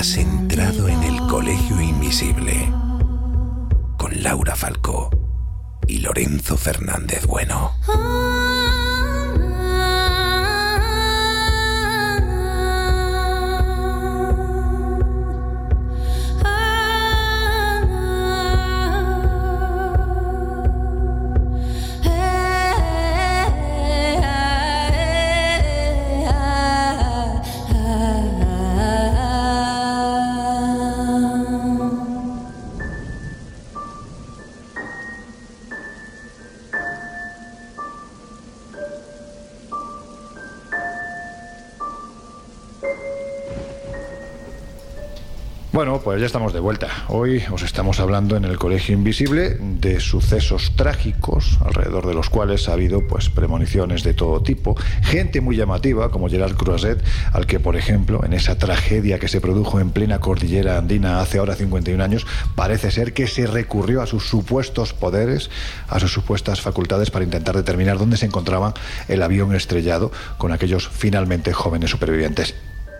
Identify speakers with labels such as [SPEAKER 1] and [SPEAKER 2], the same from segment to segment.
[SPEAKER 1] Has entrado en el Colegio Invisible con Laura Falcó y Lorenzo Fernández Bueno.
[SPEAKER 2] Bueno, pues ya estamos de vuelta. Hoy os estamos hablando en el Colegio Invisible de sucesos trágicos, alrededor de los cuales ha habido pues premoniciones de todo tipo. Gente muy llamativa, como Gerard Croiset, al que, por ejemplo, en esa tragedia que se produjo en plena cordillera andina hace ahora 51 años, parece ser que se recurrió a sus supuestos poderes, a sus supuestas facultades para intentar determinar dónde se encontraba el avión estrellado con aquellos finalmente jóvenes supervivientes.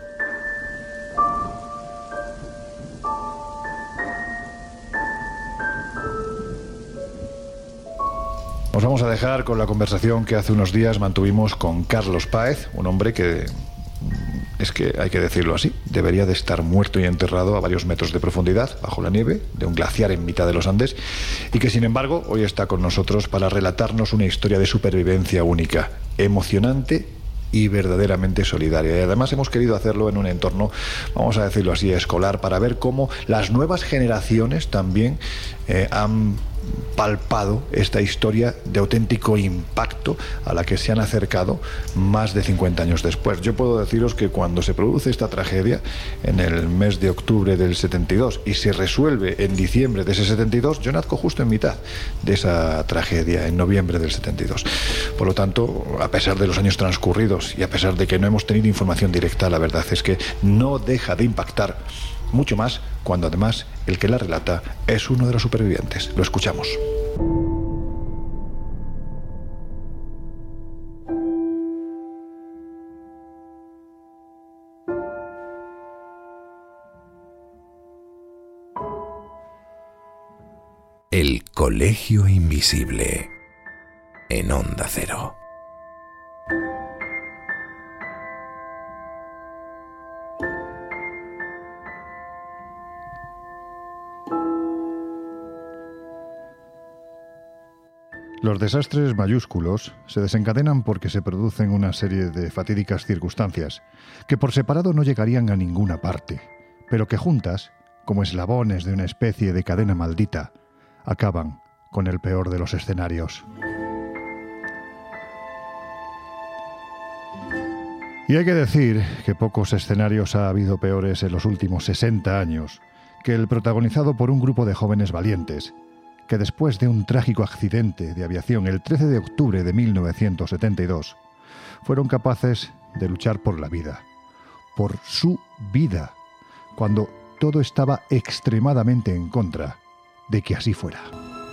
[SPEAKER 2] Nos vamos a dejar con la conversación que hace unos días mantuvimos con Carlos Páez, un hombre que, es que hay que decirlo así, debería de estar muerto y enterrado a varios metros de profundidad, bajo la nieve, de un glaciar en mitad de los Andes, y que sin embargo hoy está con nosotros para relatarnos una historia de supervivencia única, emocionante y verdaderamente solidaria. Y además hemos querido hacerlo en un entorno, vamos a decirlo así, escolar, para ver cómo las nuevas generaciones también han palpado esta historia de auténtico impacto a la que se han acercado más de 50 años después. Yo puedo deciros que cuando se produce esta tragedia en el mes de octubre del 72 y se resuelve en diciembre de ese 72, yo nazco justo en mitad de esa tragedia, en noviembre del 72. Por lo tanto, a pesar de los años transcurridos y a pesar de que no hemos tenido información directa, la verdad es que no deja de impactar mucho más cuando además el que la relata es uno de los supervivientes. Lo escuchamos.
[SPEAKER 1] El Colegio Invisible en Onda Cero.
[SPEAKER 2] Los desastres mayúsculos se desencadenan porque se producen una serie de fatídicas circunstancias que por separado no llegarían a ninguna parte, pero que juntas, como eslabones de una especie de cadena maldita, acaban con el peor de los escenarios. Y hay que decir que pocos escenarios ha habido peores en los últimos 60 años que el protagonizado por un grupo de jóvenes valientes que después de un trágico accidente de aviación el 13 de octubre de 1972 fueron capaces de luchar por la vida, por su vida, cuando todo estaba extremadamente en contra de que así fuera.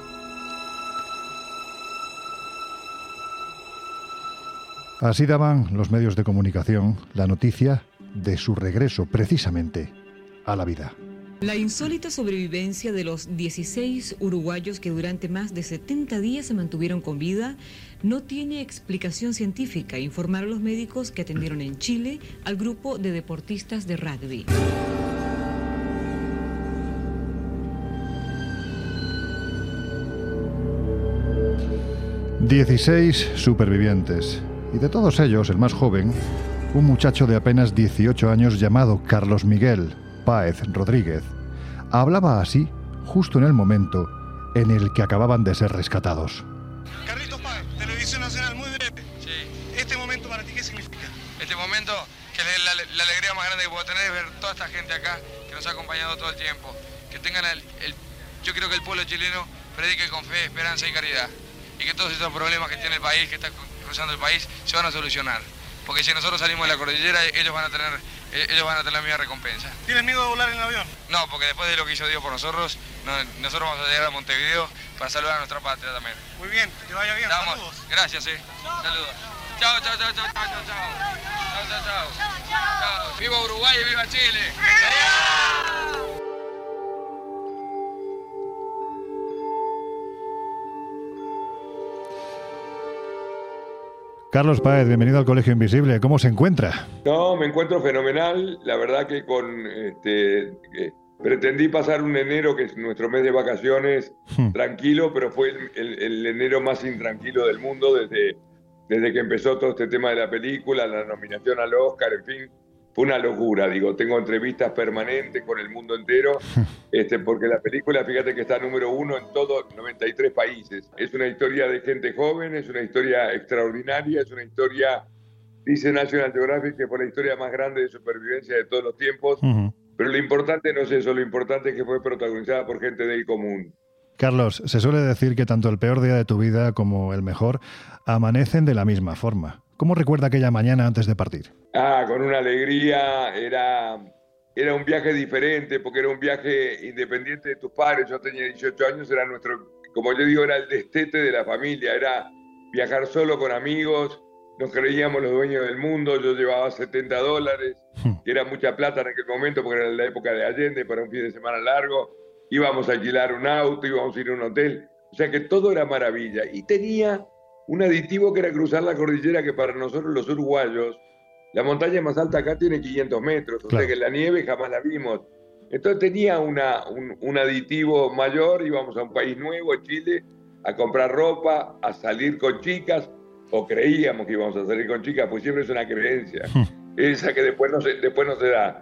[SPEAKER 2] Así daban los medios de comunicación la noticia de su regreso precisamente a la vida.
[SPEAKER 3] La insólita sobrevivencia de los 16 uruguayos que durante más de 70 días se mantuvieron con vida no tiene explicación científica, informaron los médicos que atendieron en Chile al grupo de deportistas de rugby.
[SPEAKER 2] ...16 supervivientes... y de todos ellos, el más joven, un muchacho de apenas 18 años llamado Carlos Miguel Páez Rodríguez, hablaba así justo en el momento en el que acababan de ser rescatados.
[SPEAKER 4] Carlitos Páez, Televisión Nacional, muy breve.
[SPEAKER 5] Sí.
[SPEAKER 4] ¿Este momento para ti qué significa?
[SPEAKER 5] Este momento, que la alegría más grande que puedo tener es ver toda esta gente acá que nos ha acompañado todo el tiempo. Que tengan yo creo que el pueblo chileno predique con fe, esperanza y caridad. Y que todos estos problemas que tiene el país, que está cruzando el país, se van a solucionar. Porque si nosotros salimos de la cordillera, ellos van a tener la misma recompensa.
[SPEAKER 4] ¿Tienes miedo de volar en el avión?
[SPEAKER 5] No, porque después de lo que hizo Dios por nosotros, nosotros vamos a llegar a Montevideo para saludar a nuestra patria también.
[SPEAKER 4] Muy bien, que te vaya bien.
[SPEAKER 5] Saludos.
[SPEAKER 4] Saludos.
[SPEAKER 5] Gracias, Saludos. Chao, chao, chao, chao, chao, chao. Chao. ¡Viva Uruguay y viva Chile!
[SPEAKER 2] Carlos Páez, bienvenido al Colegio Invisible. ¿Cómo se encuentra?
[SPEAKER 6] No, me encuentro fenomenal. La verdad que pretendí pasar un enero, que es nuestro mes de vacaciones, tranquilo, pero fue el enero más intranquilo del mundo desde que empezó todo este tema de la película, la nominación al Oscar, en fin. Fue una locura, tengo entrevistas permanentes con el mundo entero, porque la película, fíjate que está número 1 en todos 93 países. Es una historia de gente joven, es una historia extraordinaria, es una historia, dice National Geographic, que fue la historia más grande de supervivencia de todos los tiempos, pero lo importante no es eso, lo importante es que fue protagonizada por gente del común.
[SPEAKER 2] Carlos, se suele decir que tanto el peor día de tu vida como el mejor amanecen de la misma forma. ¿Cómo recuerda aquella mañana antes de partir?
[SPEAKER 6] Con una alegría, era un viaje diferente, porque era un viaje independiente de tus padres. Yo tenía 18 años, era como yo digo, era el destete de la familia, era viajar solo con amigos, nos creíamos los dueños del mundo, yo llevaba $70, que era mucha plata en aquel momento, porque era la época de Allende, para un fin de semana largo, íbamos a alquilar un auto, íbamos a ir a un hotel, o sea que todo era maravilla, y tenía un aditivo que era cruzar la cordillera, que para nosotros los uruguayos, la montaña más alta acá tiene 500 metros, o sea que la nieve jamás la vimos. Entonces tenía un aditivo mayor, íbamos a un país nuevo, Chile, a comprar ropa, a salir con chicas, o creíamos que íbamos a salir con chicas, pues siempre es una creencia, esa que después no se da.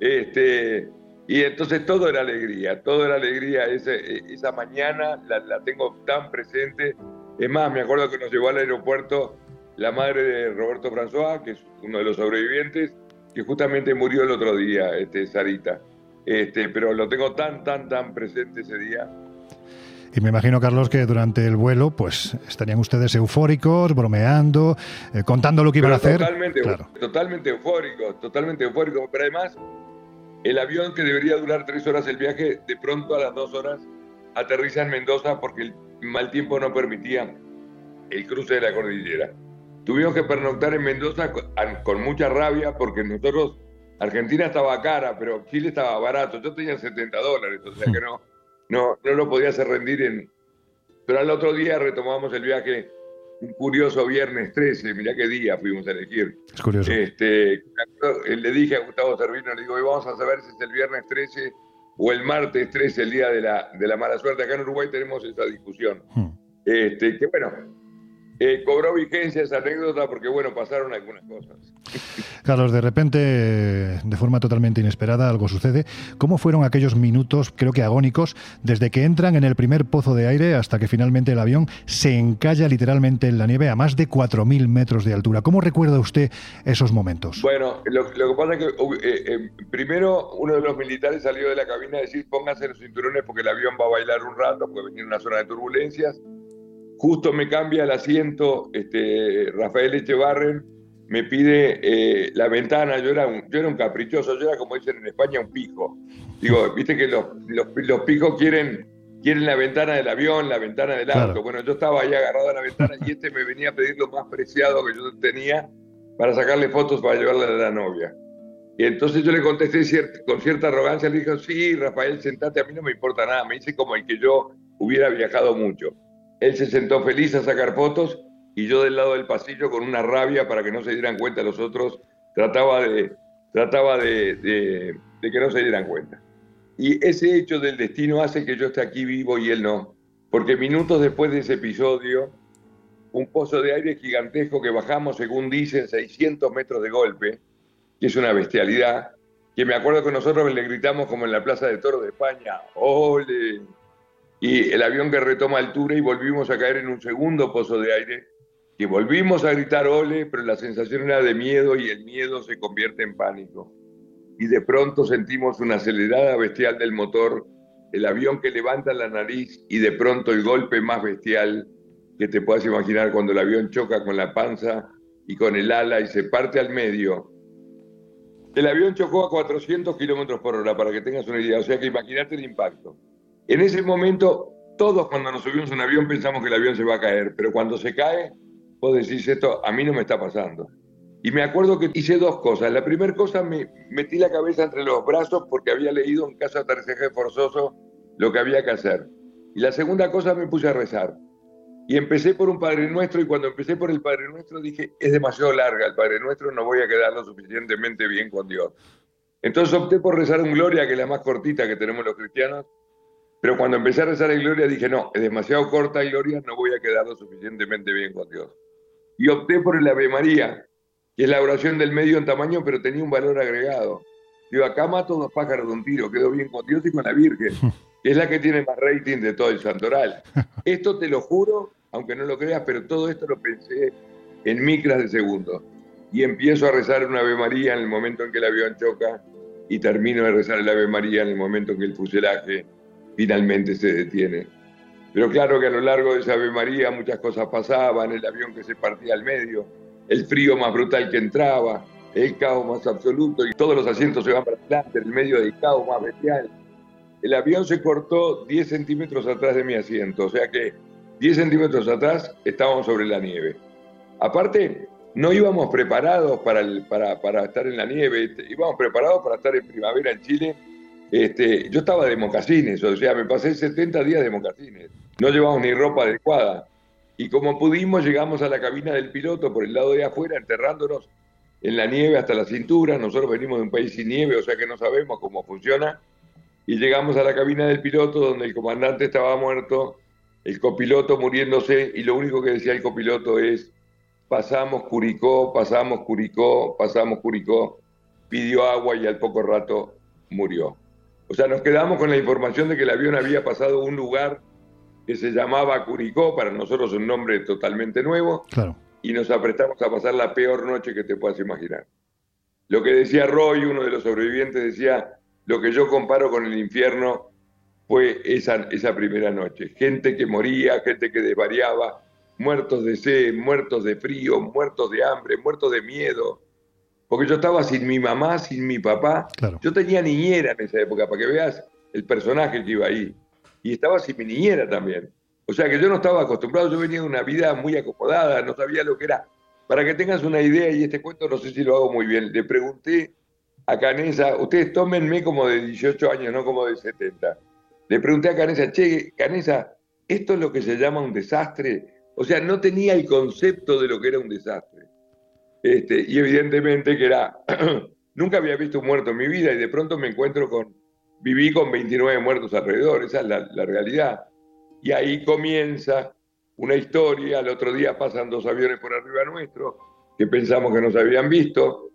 [SPEAKER 6] Y entonces todo era alegría, esa mañana la tengo tan presente. Es más, me acuerdo que nos llevó al aeropuerto la madre de Roberto François, que es uno de los sobrevivientes, que justamente murió el otro día, Sarita. Pero lo tengo tan presente ese día.
[SPEAKER 2] Y me imagino, Carlos, que durante el vuelo pues estarían ustedes eufóricos, bromeando, contando lo que iban a hacer.
[SPEAKER 6] Totalmente eufóricos. Pero además, el avión, que debería durar 3 horas el viaje, de pronto a las 2 horas aterriza en Mendoza porque el mal tiempo no permitía el cruce de la cordillera. Tuvimos que pernoctar en Mendoza con mucha rabia, porque nosotros, Argentina estaba cara, pero Chile estaba barato. Yo tenía $70, o sea que no lo podía hacer rendir. Pero al otro día retomamos el viaje, un curioso viernes 13, mirá qué día fuimos a elegir.
[SPEAKER 2] Es curioso.
[SPEAKER 6] Le dije a Gustavo Servino, le digo, vamos a saber si es el viernes 13 o el martes 13, el día de la mala suerte. Acá en Uruguay tenemos esa discusión. Que bueno, cobró vigencia esa anécdota porque, bueno, pasaron algunas cosas.
[SPEAKER 2] Carlos, de repente, de forma totalmente inesperada, algo sucede. ¿Cómo fueron aquellos minutos, creo que agónicos, desde que entran en el primer pozo de aire hasta que finalmente el avión se encalla literalmente en la nieve a más de 4.000 metros de altura? ¿Cómo recuerda usted esos momentos?
[SPEAKER 6] Bueno, lo que pasa es que primero uno de los militares salió de la cabina a decir, pónganse los cinturones porque el avión va a bailar un rato, porque venía una zona de turbulencias. Justo me cambia el asiento Rafael Echevarren, me pide la ventana. Yo era un caprichoso, yo era, como dicen en España, un pijo. Digo, viste que los pijos quieren la ventana del avión, la ventana del auto. Claro. Bueno, yo estaba ahí agarrado a la ventana y me venía a pedir lo más preciado que yo tenía para sacarle fotos para llevarle a la novia. Y entonces yo le contesté con cierta arrogancia, le dije, sí, Rafael, sentate, a mí no me importa nada. Me hice como el que yo hubiera viajado mucho. Él se sentó feliz a sacar fotos y yo del lado del pasillo, con una rabia para que no se dieran cuenta los otros, trataba de que no se dieran cuenta. Y ese hecho del destino hace que yo esté aquí vivo y él no. Porque minutos después de ese episodio, un pozo de aire gigantesco que bajamos, según dicen, 600 metros de golpe, que es una bestialidad, que me acuerdo que nosotros le gritamos como en la Plaza de Toros de España, ¡ole! Y el avión que retoma altura y volvimos a caer en un segundo pozo de aire, que volvimos a gritar ole, pero la sensación era de miedo y el miedo se convierte en pánico. Y de pronto sentimos una acelerada bestial del motor, el avión que levanta la nariz y de pronto el golpe más bestial que te puedas imaginar, cuando el avión choca con la panza y con el ala y se parte al medio. El avión chocó a 400 kilómetros por hora, para que tengas una idea, o sea que imagínate el impacto. En ese momento, todos cuando nos subimos a un avión pensamos que el avión se va a caer, pero cuando se cae, vos decís, esto a mí no me está pasando. Y me acuerdo que hice dos cosas. La primera cosa, me metí la cabeza entre los brazos porque había leído en caso de aterrizaje forzoso lo que había que hacer. Y la segunda cosa, me puse a rezar. Y empecé por un Padre Nuestro, y cuando empecé por el Padre Nuestro dije, es demasiado larga el Padre Nuestro, no voy a quedar lo suficientemente bien con Dios. Entonces opté por rezar un Gloria, que es la más cortita que tenemos los cristianos, pero cuando empecé a rezar el Gloria dije, no, es demasiado corta el Gloria, no voy a quedar lo suficientemente bien con Dios. Y opté por el Ave María, que es la oración del medio en tamaño, pero tenía un valor agregado. Digo, acá mato dos pájaros de un tiro, quedo bien con Dios y con la Virgen, que es la que tiene más rating de todo el santoral. Esto te lo juro, aunque no lo creas, pero todo esto lo pensé en micras de segundos. Y empiezo a rezar una Ave María en el momento en que el avión choca, y termino de rezar el Ave María en el momento en que el fuselaje finalmente se detiene. Pero claro que a lo largo de esa Ave María muchas cosas pasaban, el avión que se partía al medio, el frío más brutal que entraba, el caos más absoluto, y todos los asientos se van para adelante, en el medio del caos más bestial. El avión se cortó 10 centímetros atrás de mi asiento, o sea que 10 centímetros atrás estábamos sobre la nieve. Aparte, no íbamos preparados para estar en la nieve, íbamos preparados para estar en primavera en Chile. Yo estaba de mocasines, o sea, me pasé 70 días de mocasines, no llevamos ni ropa adecuada. Y como pudimos, llegamos a la cabina del piloto por el lado de afuera, enterrándonos en la nieve hasta la cintura. Nosotros venimos de un país sin nieve, o sea que no sabemos cómo funciona. Y llegamos a la cabina del piloto, donde el comandante estaba muerto, el copiloto muriéndose, y lo único que decía el copiloto es: pasamos Curicó, pasamos Curicó, pasamos Curicó. Pidió agua y al poco rato murió. O sea, nos quedamos con la información de que el avión había pasado un lugar que se llamaba Curicó, para nosotros un nombre totalmente nuevo,
[SPEAKER 2] Claro.
[SPEAKER 6] y nos apretamos a pasar la peor noche que te puedas imaginar. Lo que decía Roy, uno de los sobrevivientes, decía, lo que yo comparo con el infierno fue esa primera noche. Gente que moría, gente que desvariaba, muertos de sed, muertos de frío, muertos de hambre, muertos de miedo. Porque yo estaba sin mi mamá, sin mi papá.
[SPEAKER 2] Claro.
[SPEAKER 6] Yo tenía niñera en esa época, para que veas el personaje que iba ahí. Y estaba sin mi niñera también. O sea que yo no estaba acostumbrado, yo venía de una vida muy acomodada, no sabía lo que era. Para que tengas una idea, y este cuento no sé si lo hago muy bien, le pregunté a Canesa, ustedes tómenme como de 18 años, no como de 70. Le pregunté a Canesa, che, Canesa, ¿esto es lo que se llama un desastre? O sea, no tenía el concepto de lo que era un desastre. Y evidentemente que era, nunca había visto un muerto en mi vida, y de pronto me encuentro viví con 29 muertos alrededor, esa es la realidad. Y ahí comienza una historia. Al otro día pasan 2 aviones por arriba nuestro, que pensamos que nos habían visto.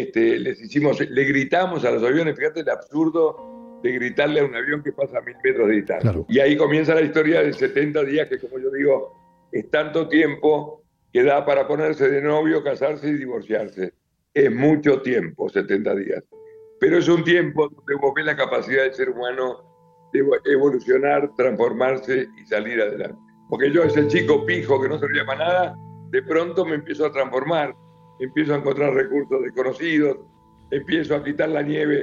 [SPEAKER 6] Le gritamos a los aviones, fíjate el absurdo de gritarle a un avión que pasa a 1000 metros de distancia.
[SPEAKER 2] Claro.
[SPEAKER 6] Y ahí comienza la historia de 70 días, que como yo digo, es tanto tiempo que da para ponerse de novio, casarse y divorciarse. Es mucho tiempo, 70 días. Pero es un tiempo donde vos ves la capacidad del ser humano de evolucionar, transformarse y salir adelante. Porque yo, ese chico pijo que no servía para nada, de pronto me empiezo a transformar, empiezo a encontrar recursos desconocidos, empiezo a quitar la nieve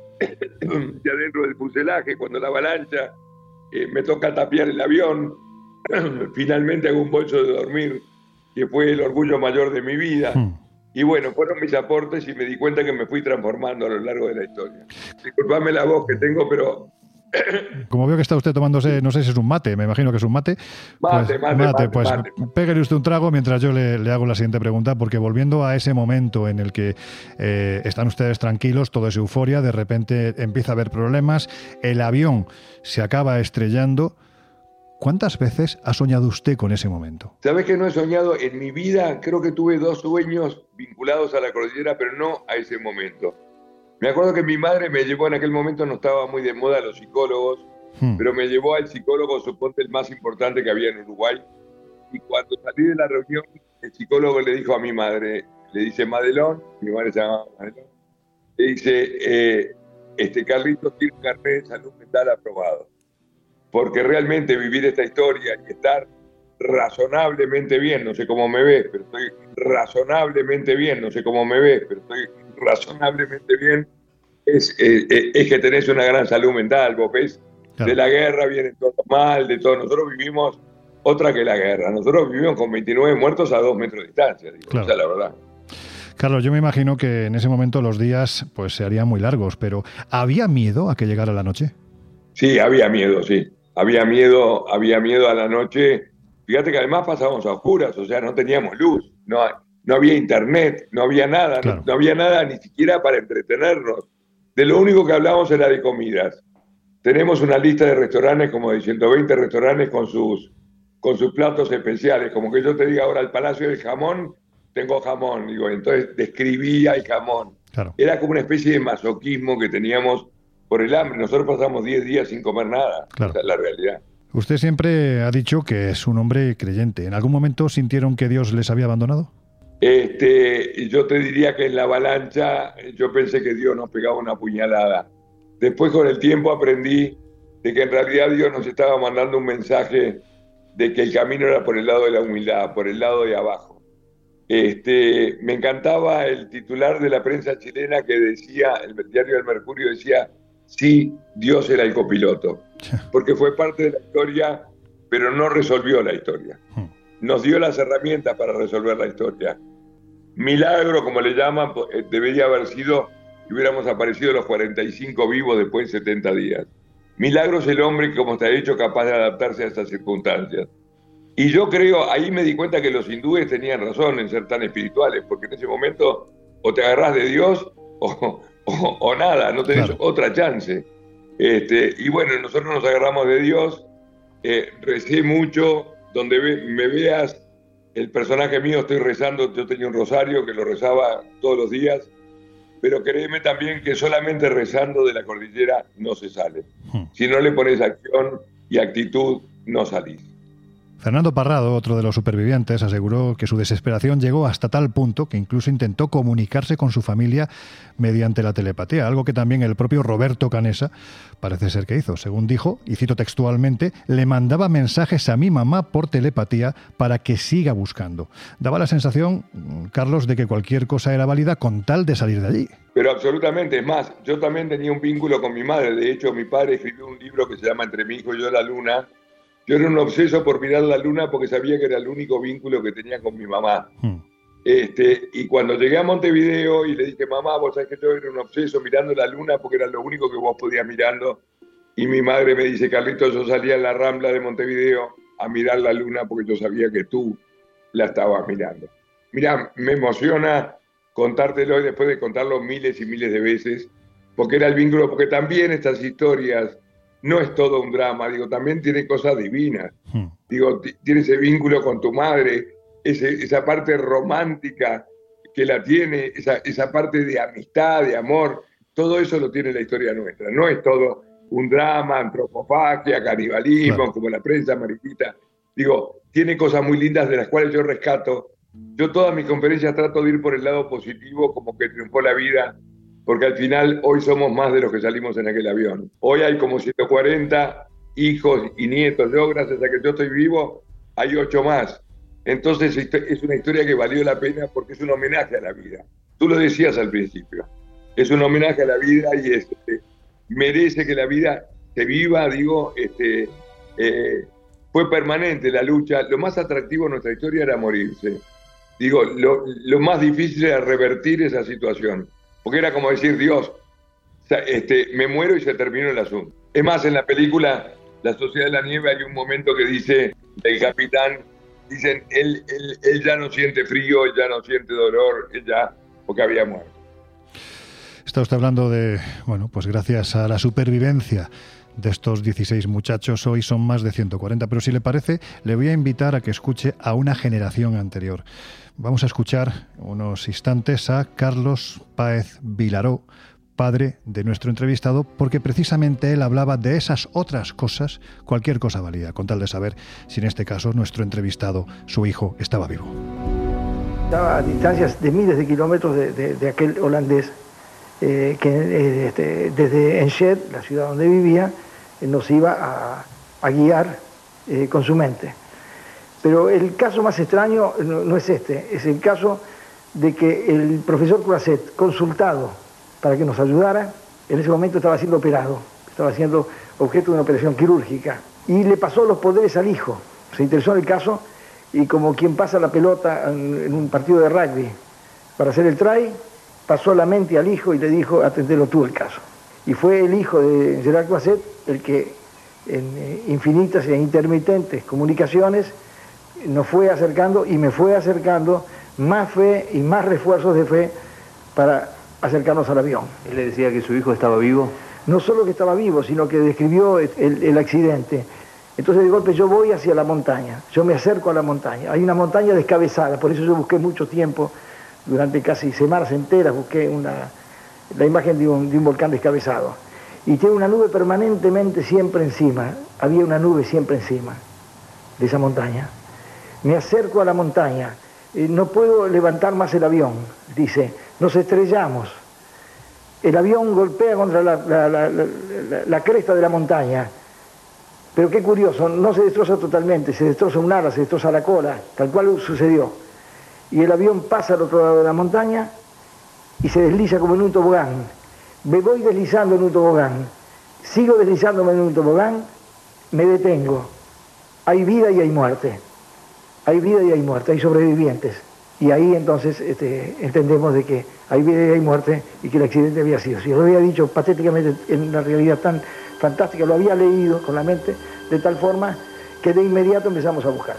[SPEAKER 6] de adentro del fuselaje, cuando la avalancha me toca tapiar el avión, finalmente hago un bolso de dormir, que fue el orgullo mayor de mi vida. Y bueno, fueron mis aportes, y me di cuenta que me fui transformando a lo largo de la historia. Disculpame la voz que tengo, pero...
[SPEAKER 2] Como veo que está usted tomándose, no sé si es un mate, me imagino que es un mate. Mate. Pégale usted un trago mientras yo le hago la siguiente pregunta, porque volviendo a ese momento en el que están ustedes tranquilos, todo es euforia, de repente empieza a haber problemas, el avión se acaba estrellando. ¿Cuántas veces ha soñado usted con ese momento?
[SPEAKER 6] ¿Sabes que no he soñado en mi vida? Creo que tuve 2 sueños vinculados a la cordillera, pero no a ese momento. Me acuerdo que mi madre me llevó, en aquel momento no estaba muy de moda los psicólogos, pero me llevó al psicólogo, suponte el más importante que había en Uruguay. Y cuando salí de la reunión, el psicólogo le dijo a mi madre, le dice Madelón, mi madre se llamaba Madelón, le dice, Carlitos tiene un carnet de salud mental aprobado. Porque realmente vivir esta historia y estar razonablemente bien, no sé cómo me ves, pero estoy razonablemente bien, no sé cómo me ves, pero estoy razonablemente bien, es que tenés una gran salud mental, vos ves. Claro. De la guerra viene todo mal, de todo. Nosotros vivimos otra que la guerra. Nosotros vivimos con 29 muertos a 2 metros de distancia, digo, claro. Esa es la verdad.
[SPEAKER 2] Carlos, yo me imagino que en ese momento los días pues se harían muy largos, pero ¿había miedo a que llegara la noche?
[SPEAKER 6] Sí, había miedo, sí. Había miedo a la noche. Fíjate que además pasábamos a oscuras, o sea, no teníamos luz, no había internet, no había nada,
[SPEAKER 2] claro.
[SPEAKER 6] no había nada ni siquiera para entretenernos. De lo único que hablábamos era de comidas. Tenemos una lista de restaurantes, como de 120 restaurantes con sus platos especiales. Como que yo te diga ahora, el Palacio del Jamón, tengo jamón. Digo, entonces describía el jamón.
[SPEAKER 2] Claro.
[SPEAKER 6] Era como una especie de masoquismo que teníamos por el hambre. Nosotros pasamos 10 días sin comer nada.
[SPEAKER 2] Claro.
[SPEAKER 6] Esa es la realidad.
[SPEAKER 2] Usted siempre ha dicho que es un hombre creyente. ¿En algún momento sintieron que Dios les había abandonado?
[SPEAKER 6] Yo te diría que en la avalancha yo pensé que Dios nos pegaba una puñalada. Después con el tiempo aprendí de que en realidad Dios nos estaba mandando un mensaje de que el camino era por el lado de la humildad, por el lado de abajo. Me encantaba el titular de la prensa chilena que decía, el diario del Mercurio decía, sí, Dios era el copiloto, porque fue parte de la historia, pero no resolvió la historia. Nos dio las herramientas para resolver la historia. Milagro, como le llaman, debería haber sido que hubiéramos aparecido los 45 vivos después de 70 días. Milagro es el hombre que, como te he dicho, capaz de adaptarse a estas circunstancias. Y yo creo, ahí me di cuenta que los hindúes tenían razón en ser tan espirituales, porque en ese momento o te agarrás de Dios o nada, no tenés otra chance. Y bueno, nosotros nos agarramos de Dios, recé mucho, donde me veas, el personaje mío estoy rezando, yo tenía un rosario que lo rezaba todos los días, pero créeme también que solamente rezando de la cordillera no se sale. Si no le pones acción y actitud, no salís.
[SPEAKER 2] Fernando Parrado, otro de los supervivientes, aseguró que su desesperación llegó hasta tal punto que incluso intentó comunicarse con su familia mediante la telepatía, algo que también el propio Roberto Canessa parece ser que hizo. Según dijo, y cito textualmente, le mandaba mensajes a mi mamá por telepatía para que siga buscando. Daba la sensación, Carlos, de que cualquier cosa era válida con tal de salir de allí.
[SPEAKER 6] Pero absolutamente, es más, yo también tenía un vínculo con mi madre. De hecho, mi padre escribió un libro que se llama Entre mi hijo y yo la luna. Yo era un obseso por mirar la luna porque sabía que era el único vínculo que tenía con mi mamá. Y cuando llegué a Montevideo y le dije, mamá, vos sabés que yo era un obseso mirando la luna porque era lo único que vos podías mirando. Y mi madre me dice, Carlitos, yo salía en la Rambla de Montevideo a mirar la luna porque yo sabía que tú la estabas mirando. Mirá, me emociona contártelo y después de contarlo miles y miles de veces, porque era el vínculo, porque también estas historias no es todo un drama, digo, también tiene cosas divinas. Digo, tiene ese vínculo con tu madre, esa parte romántica que la tiene, esa parte de amistad, de amor, todo eso lo tiene la historia nuestra. No es todo un drama, antropofagia, canibalismo, como la prensa amarillita. Digo, tiene cosas muy lindas de las cuales yo rescato. Yo todas mis conferencias trato de ir por el lado positivo, como que triunfó la vida, porque al final hoy somos más de los que salimos en aquel avión. Hoy hay como 140 hijos y nietos. Yo, gracias a que yo estoy vivo, hay 8 más. Entonces es una historia que valió la pena porque es un homenaje a la vida. Tú lo decías al principio. Es un homenaje a la vida y merece que la vida se viva, digo, fue permanente la lucha. Lo más atractivo de nuestra historia era morirse. Digo, lo más difícil era revertir esa situación. Porque era como decir, Dios, me muero y se terminó el asunto. Es más, en la película La Sociedad de la Nieve hay un momento que dice el capitán, dicen, él ya no siente frío, él ya no siente dolor, él ya, porque había muerto.
[SPEAKER 2] Está usted hablando de, bueno, pues gracias a la supervivencia de estos 16 muchachos, hoy son más de 140, pero si le parece, le voy a invitar a que escuche a una generación anterior. Vamos a escuchar unos instantes a Carlos Páez Vilaró, padre de nuestro entrevistado, porque precisamente él hablaba de esas otras cosas, cualquier cosa valía, con tal de saber si en este caso nuestro entrevistado, su hijo, estaba vivo.
[SPEAKER 7] Estaba a distancias de miles de kilómetros de aquel holandés que desde Enschede, la ciudad donde vivía, nos iba a guiar con su mente. Pero el caso más extraño no es este, es el caso de que el profesor Croiset, consultado para que nos ayudara, en ese momento estaba siendo operado, estaba siendo objeto de una operación quirúrgica, y le pasó los poderes al hijo. Se interesó en el caso y como quien pasa la pelota en un partido de rugby, para hacer el try, pasó la mente al hijo y le dijo, atendelo tú el caso. Y fue el hijo de Gerard Croiset el que en infinitas e intermitentes comunicaciones nos fue acercando y me fue acercando más fe y más refuerzos de fe para acercarnos al avión.
[SPEAKER 8] ¿Él le decía que su hijo estaba vivo?
[SPEAKER 7] No solo que estaba vivo, sino que describió el accidente. Entonces de golpe yo voy hacia la montaña, yo me acerco a la montaña. Hay una montaña descabezada, por eso yo busqué mucho tiempo, durante casi semanas enteras busqué la imagen de un volcán descabezado. Y tiene una nube permanentemente siempre encima, había una nube siempre encima de esa montaña. Me acerco a la montaña, no puedo levantar más el avión, dice, nos estrellamos. El avión golpea contra la cresta de la montaña, pero qué curioso, no se destroza totalmente, se destroza un ala, se destroza la cola, tal cual sucedió. Y el avión pasa al otro lado de la montaña y se desliza como en un tobogán. Me voy deslizando en un tobogán, sigo deslizándome en un tobogán, me detengo. Hay vida y hay muerte. Hay vida y hay muerte, hay sobrevivientes. Y ahí entonces entendemos de que hay vida y hay muerte y que el accidente había sido. Si lo había dicho patéticamente en una realidad tan fantástica, lo había leído con la mente de tal forma que de inmediato empezamos a buscar.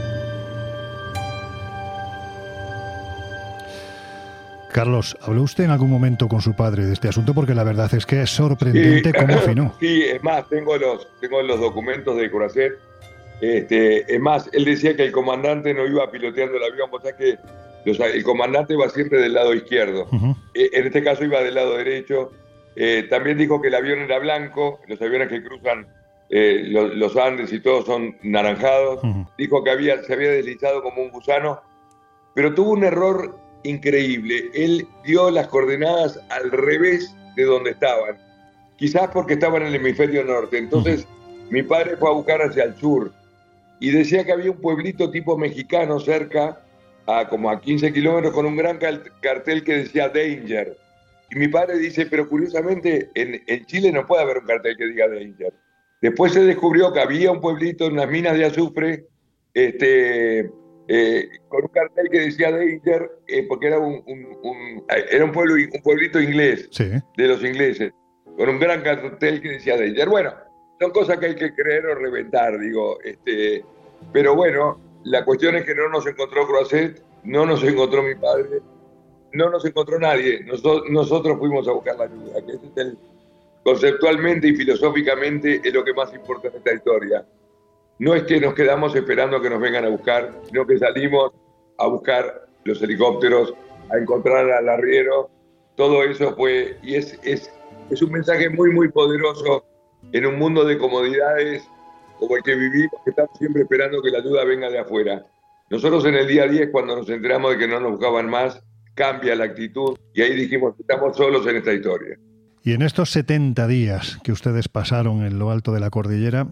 [SPEAKER 2] Carlos, ¿habló usted en algún momento con su padre de este asunto? Porque la verdad es que es sorprendente cómo afinó.
[SPEAKER 6] Sí, es más, tengo los documentos de Croiset. Es más, él decía que el comandante no iba piloteando el avión, o sea que el comandante va siempre del lado izquierdo.
[SPEAKER 2] Uh-huh.
[SPEAKER 6] En este caso iba del lado derecho. También dijo que el avión era blanco, los aviones que cruzan los Andes y todos son naranjados.
[SPEAKER 2] Uh-huh.
[SPEAKER 6] Dijo que se había deslizado como un gusano, pero tuvo un error increíble. Él dio las coordenadas al revés de donde estaban, quizás porque estaban en el hemisferio norte. Entonces mi padre fue a buscar hacia el sur y decía que había un pueblito tipo mexicano cerca, como a 15 kilómetros, con un gran cartel que decía Danger. Y mi padre dice, pero curiosamente en Chile no puede haber un cartel que diga Danger. Después se descubrió que había un pueblito en unas minas de azufre con un cartel que decía Danger, porque era un pueblito inglés,
[SPEAKER 2] sí,
[SPEAKER 6] de los ingleses, con un gran cartel que decía Danger. Bueno, son cosas que hay que creer o reventar, digo. Pero bueno, la cuestión es que no nos encontró Croiset, no nos encontró mi padre, no nos encontró nadie. Nosotros fuimos a buscar la ayuda, que conceptualmente y filosóficamente es lo que más importa en esta historia. No es que nos quedamos esperando que nos vengan a buscar, sino que salimos a buscar los helicópteros, a encontrar al arriero. Todo eso fue, y es un mensaje muy, muy poderoso en un mundo de comodidades como el que vivimos, que estamos siempre esperando que la ayuda venga de afuera. Nosotros en el día 10, cuando nos enteramos de que no nos buscaban más, cambia la actitud y ahí dijimos que estamos solos en esta historia.
[SPEAKER 2] Y en estos 70 días que ustedes pasaron en lo alto de la cordillera,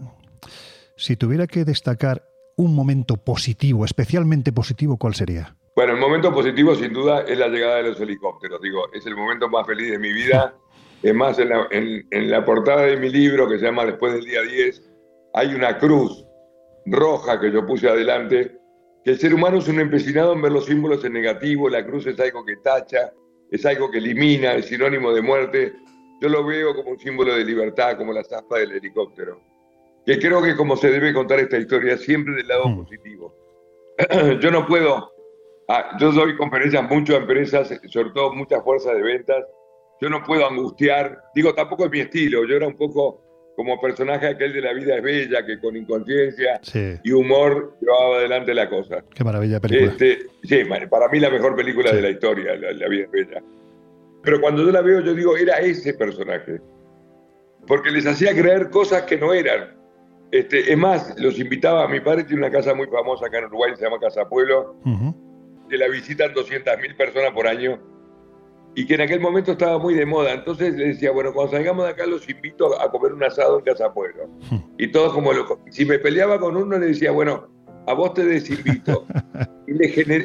[SPEAKER 2] si tuviera que destacar un momento positivo, especialmente positivo, ¿cuál sería?
[SPEAKER 6] Bueno, el momento positivo sin duda es la llegada de los helicópteros. Digo, es el momento más feliz de mi vida. Es más, en la portada de mi libro, que se llama Después del día 10, hay una cruz roja que yo puse adelante, que el ser humano es un empecinado en ver los símbolos en negativo. La cruz es algo que tacha, es algo que elimina, es sinónimo de muerte. Yo lo veo como un símbolo de libertad, como la aspa del helicóptero. Que creo que como se debe contar esta historia, siempre del lado positivo. Yo no puedo, yo doy conferencias mucho a empresas, sobre todo muchas fuerzas de ventas. Yo no puedo angustiar, digo, tampoco es mi estilo. Yo era un poco como personaje aquel de La vida es bella, que con inconsciencia y humor llevaba adelante la cosa.
[SPEAKER 2] Qué maravilla película.
[SPEAKER 6] Sí, para mí la mejor película de la historia, la vida es bella. Pero cuando yo la veo, yo digo, era ese personaje. Porque les hacía creer cosas que no eran. Es más, los invitaba, mi padre tiene una casa muy famosa acá en Uruguay, se llama Casa Pueblo, que la visitan 200.000 personas por año, y que en aquel momento estaba muy de moda. Entonces le decía, bueno, cuando salgamos de acá los invito a comer un asado en Casa Pueblo. Y todos como locos. Si me peleaba con uno, le decía, bueno, a vos te desinvito. Y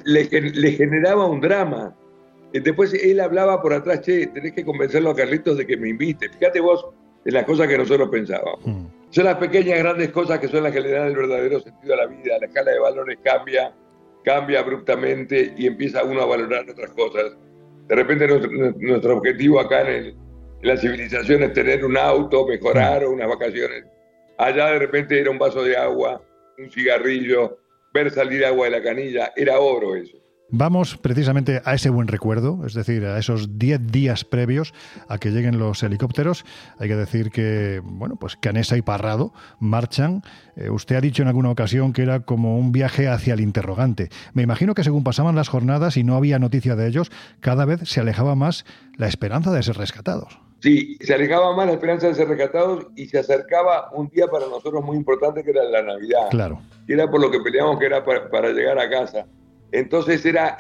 [SPEAKER 6] le generaba un drama. Después él hablaba por atrás, che, tenés que convencerlo a Carlitos de que me invite. Fíjate vos en las cosas que nosotros pensábamos. Son las pequeñas, grandes cosas que son las que le dan el verdadero sentido a la vida. La escala de valores cambia cambia abruptamente y empieza uno a valorar otras cosas. De repente nuestro objetivo acá en la civilización es tener un auto, mejorar o unas vacaciones. Allá de repente era un vaso de agua, un cigarrillo, ver salir agua de la canilla, era oro eso.
[SPEAKER 2] Vamos precisamente a ese buen recuerdo, es decir, a esos 10 días previos a que lleguen los helicópteros. Hay que decir que, bueno, pues Canessa y Parrado marchan. Usted ha dicho en alguna ocasión que era como un viaje hacia el interrogante. Me imagino que según pasaban las jornadas y no había noticia de ellos, cada vez se alejaba más la esperanza de ser rescatados.
[SPEAKER 6] Sí, se alejaba más la esperanza de ser rescatados y se acercaba un día para nosotros muy importante, que era la Navidad.
[SPEAKER 2] Claro.
[SPEAKER 6] Que era por lo que peleamos, que era para llegar a casa. Entonces era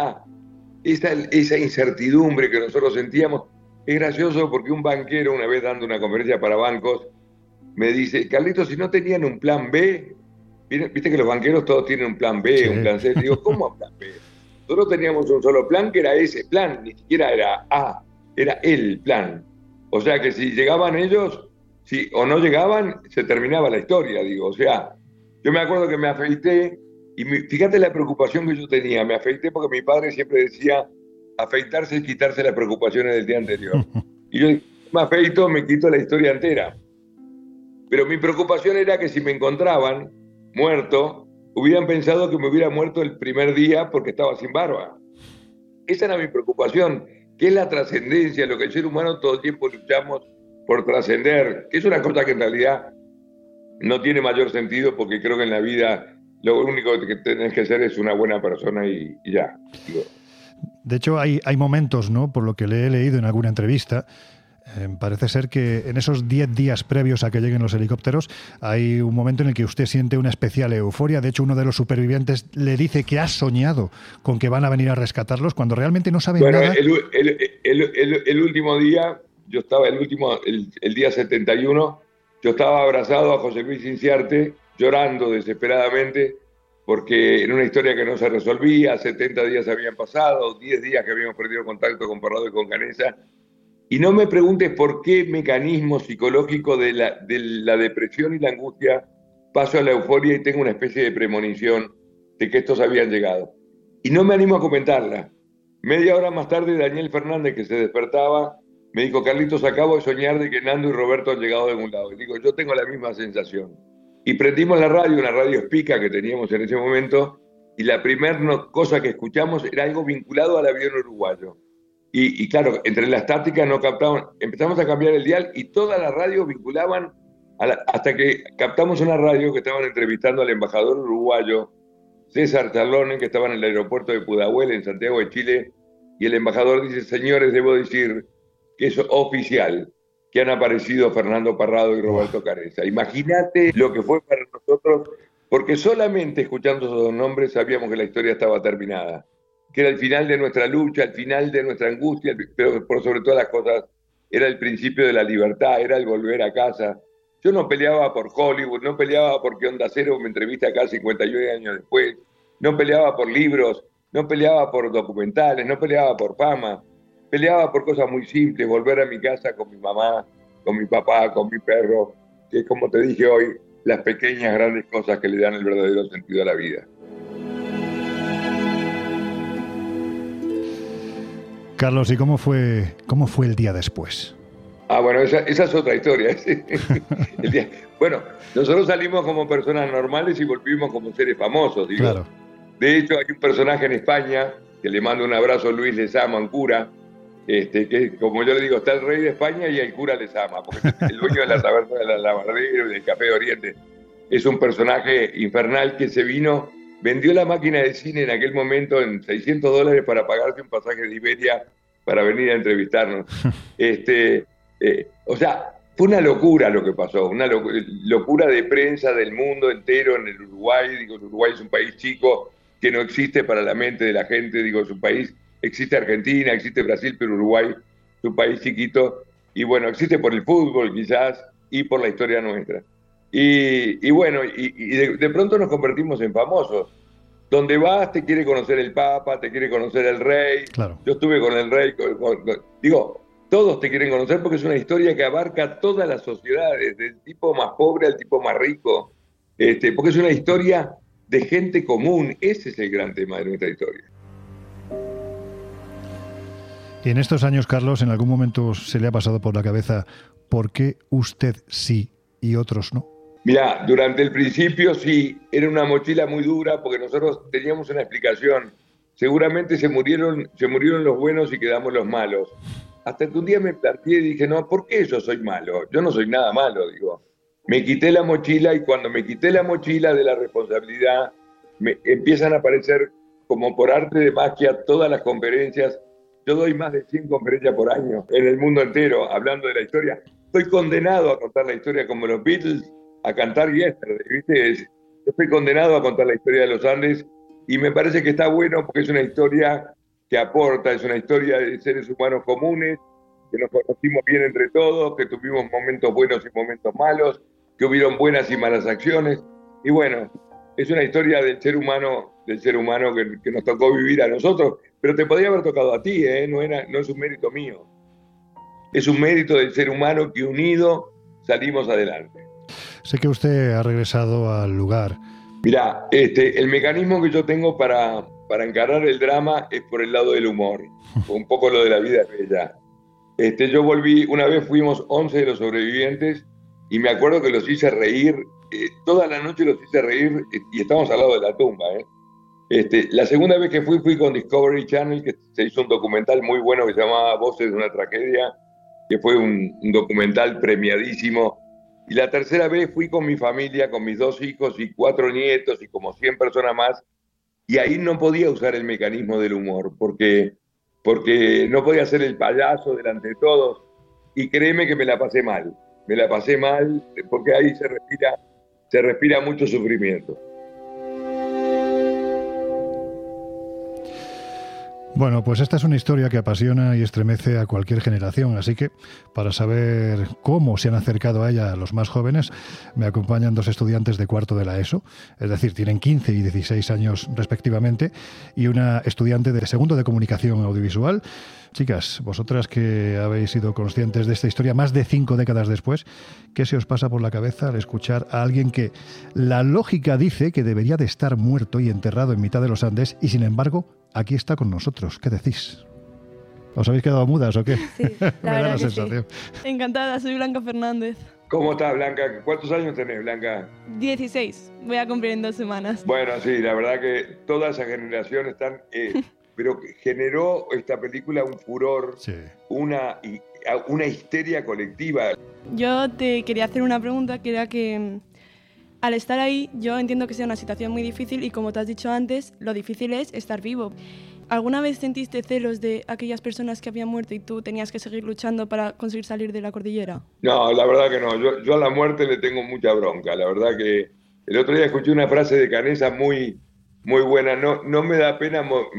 [SPEAKER 6] esa incertidumbre que nosotros sentíamos. Es gracioso porque un banquero, una vez dando una conferencia para bancos, me dice: Carlitos, si no tenían un plan B, viste que los banqueros todos tienen un plan B, sí, un plan C. Digo, ¿cómo plan B? Nosotros teníamos un solo plan, que era ese plan, ni siquiera era A, era el plan. O sea que si llegaban ellos, o no llegaban, se terminaba la historia, digo. O sea, yo me acuerdo que me afeité. Y fíjate la preocupación que yo tenía. Me afeité porque mi padre siempre decía: afeitarse es quitarse las preocupaciones del día anterior. Y yo me afeito, me quito la historia entera. Pero mi preocupación era que si me encontraban muerto, hubieran pensado que me hubiera muerto el primer día porque estaba sin barba. Esa era mi preocupación, que es la trascendencia, lo que el ser humano todo el tiempo luchamos por trascender, que es una cosa que en realidad no tiene mayor sentido, porque creo que en la vida lo único que tenés que hacer es una buena persona y ya.
[SPEAKER 2] De hecho, hay momentos, ¿no? Por lo que le he leído en alguna entrevista, parece ser que en esos 10 días previos a que lleguen los helicópteros hay un momento en el que usted siente una especial euforia. De hecho, uno de los supervivientes le dice que ha soñado con que van a venir a rescatarlos cuando realmente no saben nada.
[SPEAKER 6] El último día, yo estaba el día 71, yo estaba abrazado a José Luis Inciarte, llorando desesperadamente, porque en una historia que no se resolvía, 70 días habían pasado, 10 días que habíamos perdido contacto con Parrado y con Canessa. Y no me preguntes por qué mecanismo psicológico de la depresión y la angustia paso a la euforia y tengo una especie de premonición de que estos habían llegado. Y no me animo a comentarla. Media hora más tarde, Daniel Fernández, que se despertaba, me dijo: Carlitos, acabo de soñar de que Nando y Roberto han llegado de algún lado. Y digo, yo tengo la misma sensación. Y prendimos la radio, una radio Espica que teníamos en ese momento, y la primera cosa que escuchamos era algo vinculado al avión uruguayo. Y claro, entre la estática no captaban, empezamos a cambiar el dial y todas las radios vinculaban, hasta que captamos una radio que estaban entrevistando al embajador uruguayo, César Charlone, que estaba en el aeropuerto de Pudahuel, en Santiago de Chile, y el embajador dice: señores, debo decir que es oficial, que han aparecido Fernando Parrado y Roberto Canessa. Imagínate lo que fue para nosotros, porque solamente escuchando esos dos nombres sabíamos que la historia estaba terminada, que era el final de nuestra lucha, el final de nuestra angustia, pero por sobre todas las cosas era el principio de la libertad, era el volver a casa. Yo no peleaba por Hollywood, no peleaba porque Onda Cero me entrevista acá 51 años después, no peleaba por libros, no peleaba por documentales, no peleaba por fama. Peleaba por cosas muy simples: volver a mi casa con mi mamá, con mi papá, con mi perro, que es, como te dije hoy, las pequeñas grandes cosas que le dan el verdadero sentido a la vida.
[SPEAKER 2] Carlos, ¿y cómo fue el día después?
[SPEAKER 6] Bueno, esa es otra historia. Bueno, nosotros salimos como personas normales y volvimos como seres famosos, digo. Claro. De hecho, hay un personaje en España, que le mando un abrazo, Luis Lezama, un cura, que como yo le digo, está el rey de España y el cura Lezama, porque el dueño de la taberna de la Lavardero y del Café de Oriente. Es un personaje infernal que vendió la máquina de cine en aquel momento en $600 para pagarse un pasaje de Iberia para venir a entrevistarnos. O sea, fue una locura lo que pasó, una locura de prensa del mundo entero en el Uruguay. Digo, el Uruguay es un país chico que no existe para la mente de la gente. Digo, es un país, existe Argentina, existe Brasil, pero Uruguay es un país chiquito. Y bueno, existe por el fútbol quizás y por la historia nuestra. Y bueno, de pronto nos convertimos en famosos. Donde vas te quiere conocer el Papa, te quiere conocer el Rey. Claro. Yo estuve con el Rey. Digo, todos te quieren conocer porque es una historia que abarca todas las sociedades, del tipo más pobre al tipo más rico. Porque es una historia de gente común. Ese es el gran tema de nuestra historia.
[SPEAKER 2] Y en estos años, Carlos, ¿en algún momento se le ha pasado por la cabeza por qué usted sí y otros no?
[SPEAKER 6] Mirá, durante el principio sí, era una mochila muy dura porque nosotros teníamos una explicación. Seguramente se murieron los buenos y quedamos los malos. Hasta que un día me planteé y dije, no, ¿por qué yo soy malo? Yo no soy nada malo, digo. Me quité la mochila y cuando me quité la mochila de la responsabilidad, me empiezan a aparecer como por arte de magia todas las conferencias. Yo doy más de 100 conferencias por año en el mundo entero, hablando de la historia. Estoy condenado a contar la historia como los Beatles, a cantar Yesterday, ¿viste? Yo estoy condenado a contar la historia de los Andes y me parece que está bueno porque es una historia que aporta, es una historia de seres humanos comunes, que nos conocimos bien entre todos, que tuvimos momentos buenos y momentos malos, que hubieron buenas y malas acciones. Y bueno, es una historia del ser humano que nos tocó vivir a nosotros, pero te podría haber tocado a ti, no es un mérito mío. Es un mérito del ser humano que unido salimos adelante.
[SPEAKER 2] Sé que usted ha regresado al lugar.
[SPEAKER 6] Mirá, el mecanismo que yo tengo para encarar el drama es por el lado del humor, un poco lo de la vida es bella. Yo volví, una vez fuimos 11 de los sobrevivientes y me acuerdo que los hice reír, toda la noche los hice reír y estábamos al lado de la tumba. La segunda vez que fui con Discovery Channel, que se hizo un documental muy bueno que se llamaba Voces de una tragedia, que fue un documental premiadísimo. Y la tercera vez fui con mi familia, con mis 2 hijos y 4 nietos y como 100 personas más. Y ahí no podía usar el mecanismo del humor, porque no podía ser el payaso delante de todos. Y créeme que me la pasé mal porque ahí se respira mucho sufrimiento.
[SPEAKER 2] Bueno, pues esta es una historia que apasiona y estremece a cualquier generación, así que para saber cómo se han acercado a ella los más jóvenes, me acompañan 2 estudiantes de cuarto de la ESO, es decir, tienen 15 y 16 años respectivamente, y una estudiante de segundo de comunicación audiovisual. Chicas, vosotras que habéis sido conscientes de esta historia más de 5 décadas después, ¿qué se os pasa por la cabeza al escuchar a alguien que la lógica dice que debería de estar muerto y enterrado en mitad de los Andes y sin embargo aquí está con nosotros? ¿Qué decís? ¿Os habéis quedado mudas o qué?
[SPEAKER 9] Sí,
[SPEAKER 2] Me da la sensación.
[SPEAKER 9] Sí. Encantada, soy Blanca Fernández.
[SPEAKER 6] ¿Cómo estás, Blanca? ¿Cuántos años tenés, Blanca? 16.
[SPEAKER 9] Voy a cumplir en 2 semanas.
[SPEAKER 6] Bueno, sí, la verdad que toda esa generación están... pero generó esta película un furor, sí, una histeria colectiva.
[SPEAKER 9] Yo te quería hacer una pregunta, que era que al estar ahí yo entiendo que sea una situación muy difícil y como te has dicho antes, lo difícil es estar vivo. ¿Alguna vez sentiste celos de aquellas personas que habían muerto y tú tenías que seguir luchando para conseguir salir de la cordillera?
[SPEAKER 6] No, la verdad que no. Yo a la muerte le tengo mucha bronca. La verdad que el otro día escuché una frase de Canessa muy buena. No me da pena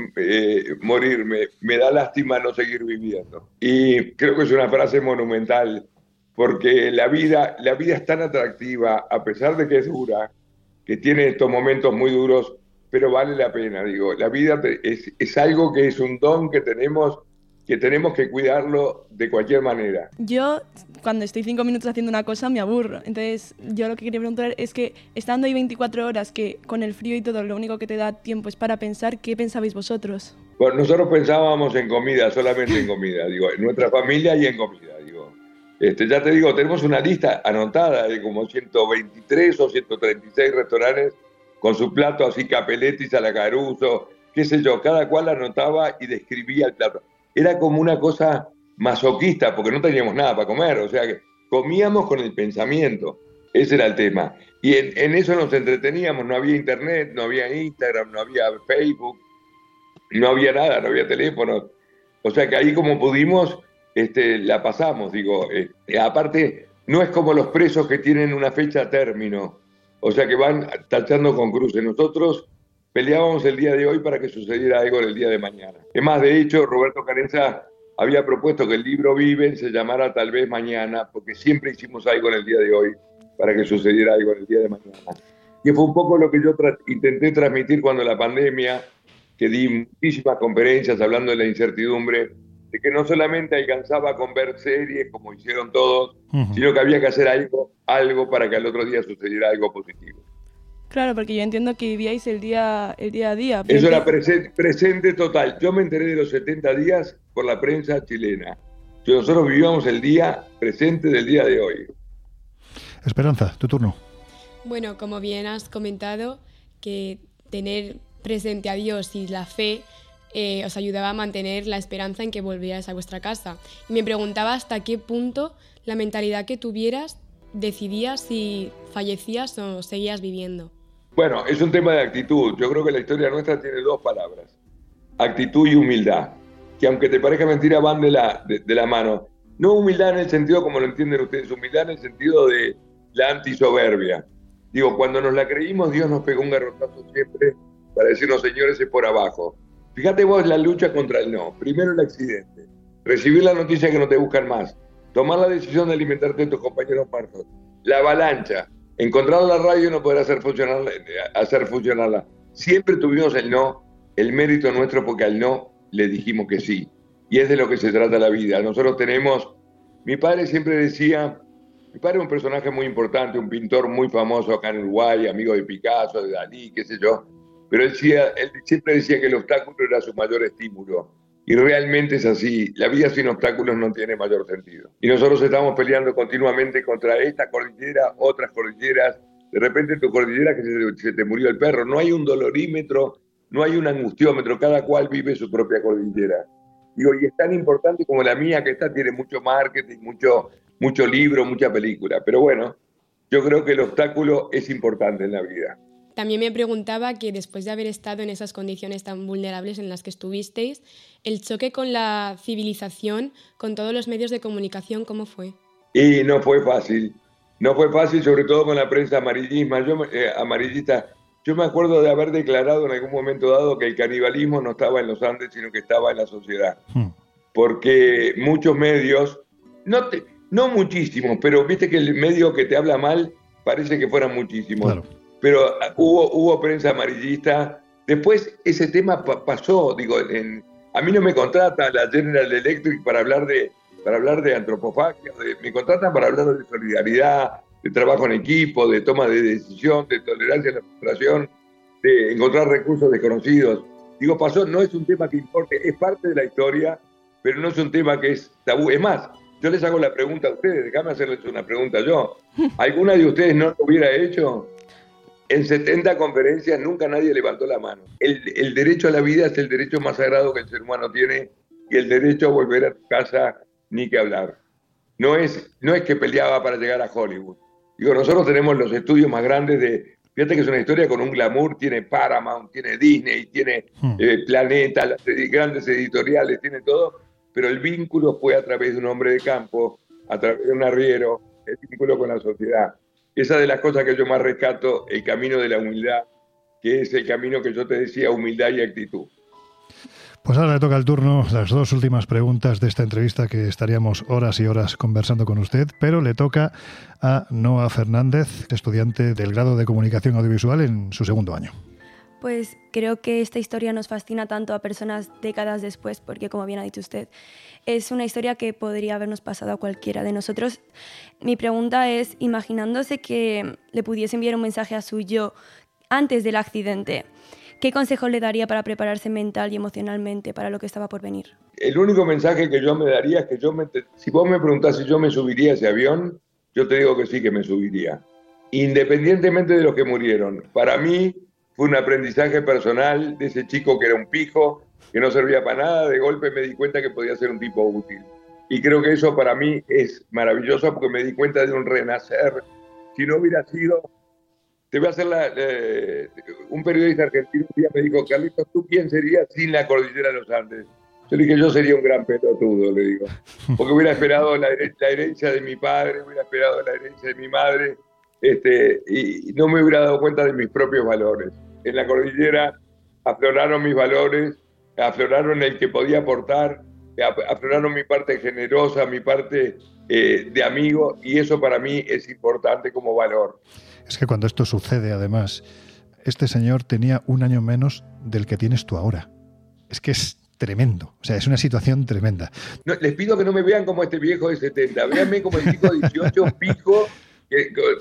[SPEAKER 6] morirme, me da lástima no seguir viviendo. Y creo que es una frase monumental, porque la vida es tan atractiva, a pesar de que es dura, que tiene estos momentos muy duros, pero vale la pena, digo. La vida es algo que es un don que tenemos que cuidarlo de cualquier manera.
[SPEAKER 9] Yo, cuando estoy 5 minutos haciendo una cosa, me aburro. Entonces, yo lo que quería preguntar es que, estando ahí 24 horas, que con el frío y todo, lo único que te da tiempo es para pensar, ¿qué pensabais vosotros?
[SPEAKER 6] Bueno, nosotros pensábamos en comida, solamente en comida, digo, en nuestra familia y en comida, digo. Ya te digo, tenemos una lista anotada de como 123 o 136 restaurantes con su plato así, Capelletti, a la Caruso, qué sé yo, cada cual anotaba y describía el plato. Era como una cosa masoquista, porque no teníamos nada para comer, o sea que comíamos con el pensamiento, ese era el tema. Y en eso nos entreteníamos, no había internet, no había Instagram, no había Facebook, no había nada, no había teléfonos. O sea que ahí como pudimos, la pasamos, digo. Aparte, no es como los presos que tienen una fecha término, o sea que van tachando con cruces. Nosotros peleábamos el día de hoy para que sucediera algo el día de mañana. Es más, de hecho, Roberto Canessa había propuesto que el libro Viven se llamara Tal vez Mañana, porque siempre hicimos algo en el día de hoy para que sucediera algo en el día de mañana. Y fue un poco lo que yo intenté transmitir cuando la pandemia, que di muchísimas conferencias hablando de la incertidumbre, de que no solamente alcanzaba con ver series como hicieron todos, sino que había que hacer algo para que al otro día sucediera algo positivo.
[SPEAKER 9] Claro, porque yo entiendo que vivíais el día a día.
[SPEAKER 6] Eso era presente total. Yo me enteré de los 70 días por la prensa chilena. Nosotros vivíamos el día presente del día de hoy.
[SPEAKER 2] Esperanza, tu turno.
[SPEAKER 10] Bueno, como bien has comentado, que tener presente a Dios y la fe os ayudaba a mantener la esperanza en que volvierais a vuestra casa. Y me preguntaba hasta qué punto la mentalidad que tuvieras decidía si fallecías o seguías viviendo.
[SPEAKER 6] Bueno, es un tema de actitud. Yo creo que la historia nuestra tiene dos palabras: actitud y humildad, que aunque te parezca mentira van de la mano. No humildad en el sentido como lo entienden ustedes, humildad en el sentido de la antisoberbia. Digo, cuando nos la creímos, Dios nos pegó un garrotazo siempre para decirnos, señores, es por abajo. Fíjate vos la lucha contra el no. Primero el accidente, recibir la noticia que no te buscan más, tomar la decisión de alimentarte de tus compañeros muertos, la avalancha, encontrar la radio y no poder hacer funcionarla. Siempre tuvimos el no, el mérito nuestro, porque al no le dijimos que sí. Y es de lo que se trata la vida. Nosotros tenemos... Mi padre siempre decía... Mi padre es un personaje muy importante, un pintor muy famoso acá en Uruguay, amigo de Picasso, de Dalí, qué sé yo. Pero él siempre decía que el obstáculo era su mayor estímulo. Y realmente es así. La vida sin obstáculos no tiene mayor sentido. Y nosotros estamos peleando continuamente contra esta cordillera, otras cordilleras. De repente en tu cordillera que se te murió el perro. No hay un dolorímetro, no hay un angustiómetro. Cada cual vive su propia cordillera. Digo, y es tan importante como la mía, que esta tiene mucho marketing, mucho libro, mucha película. Pero bueno, yo creo que el obstáculo es importante en la vida.
[SPEAKER 10] También me preguntaba que después de haber estado en esas condiciones tan vulnerables en las que estuvisteis, el choque con la civilización, con todos los medios de comunicación, ¿cómo fue?
[SPEAKER 6] Y no fue fácil. No fue fácil, sobre todo con la prensa amarillista. Yo me acuerdo de haber declarado en algún momento dado que el canibalismo no estaba en los Andes, sino que estaba en la sociedad. Porque muchos medios, no muchísimos, pero viste que el medio que te habla mal parece que fueran muchísimos. Claro. Pero hubo prensa amarillista. Después ese tema pasó, digo, a mí no me contrata la General Electric para hablar de antropofagia, me contratan para hablar de solidaridad, de trabajo en equipo, de toma de decisión, de tolerancia a la frustración, de encontrar recursos desconocidos. Digo, pasó, no es un tema que importe, es parte de la historia, pero no es un tema que es tabú. Es más, yo les hago la pregunta a ustedes, déjame hacerles una pregunta yo. ¿Alguna de ustedes no lo hubiera hecho? En 70 conferencias nunca nadie levantó la mano. El derecho a la vida es el derecho más sagrado que el ser humano tiene, y el derecho a volver a tu casa, ni que hablar. No es que peleaba para llegar a Hollywood. Digo, nosotros tenemos los estudios más grandes fíjate que es una historia con un glamour, tiene Paramount, tiene Disney, tiene Planeta, las grandes editoriales, tiene todo, pero el vínculo fue a través de un hombre de campo, a través de un arriero, el vínculo con la sociedad. Esa de las cosas que yo más rescato, el camino de la humildad, que es el camino que yo te decía, humildad y actitud.
[SPEAKER 2] Pues ahora le toca el turno, las dos últimas preguntas de esta entrevista, que estaríamos horas y horas conversando con usted, pero le toca a Noa Fernández, estudiante del grado de Comunicación Audiovisual en su segundo año.
[SPEAKER 11] Pues creo que esta historia nos fascina tanto a personas décadas después, porque como bien ha dicho usted, es una historia que podría habernos pasado a cualquiera de nosotros. Mi pregunta es, imaginándose que le pudiese enviar un mensaje a su yo antes del accidente, ¿qué consejo le daría para prepararse mental y emocionalmente para lo que estaba por venir?
[SPEAKER 6] El único mensaje que yo me daría es que si vos me preguntás si yo me subiría a ese avión, yo te digo que sí, que me subiría. Independientemente de los que murieron. Para mí fue un aprendizaje personal de ese chico que era un pijo, que no servía para nada. De golpe me di cuenta que podía ser un tipo útil. Y creo que eso para mí es maravilloso, porque me di cuenta de un renacer. Si no hubiera sido... Te voy a hacer un periodista argentino un día me dijo, Carlitos, ¿tú quién serías sin la cordillera de los Andes? Yo le dije, yo sería un gran pelotudo, le digo. Porque hubiera esperado la herencia de mi padre, hubiera esperado la herencia de mi madre, y no me hubiera dado cuenta de mis propios valores. En la cordillera afloraron mis valores, afloraron el que podía aportar, afloraron mi parte generosa, mi parte de amigo, y eso para mí es importante como valor.
[SPEAKER 2] Es que cuando esto sucede, además, este señor tenía un año menos del que tienes tú ahora. Es que es tremendo. O sea, es una situación tremenda.
[SPEAKER 6] No, les pido que no me vean como este viejo de 70. Véanme como el chico de 18 pijo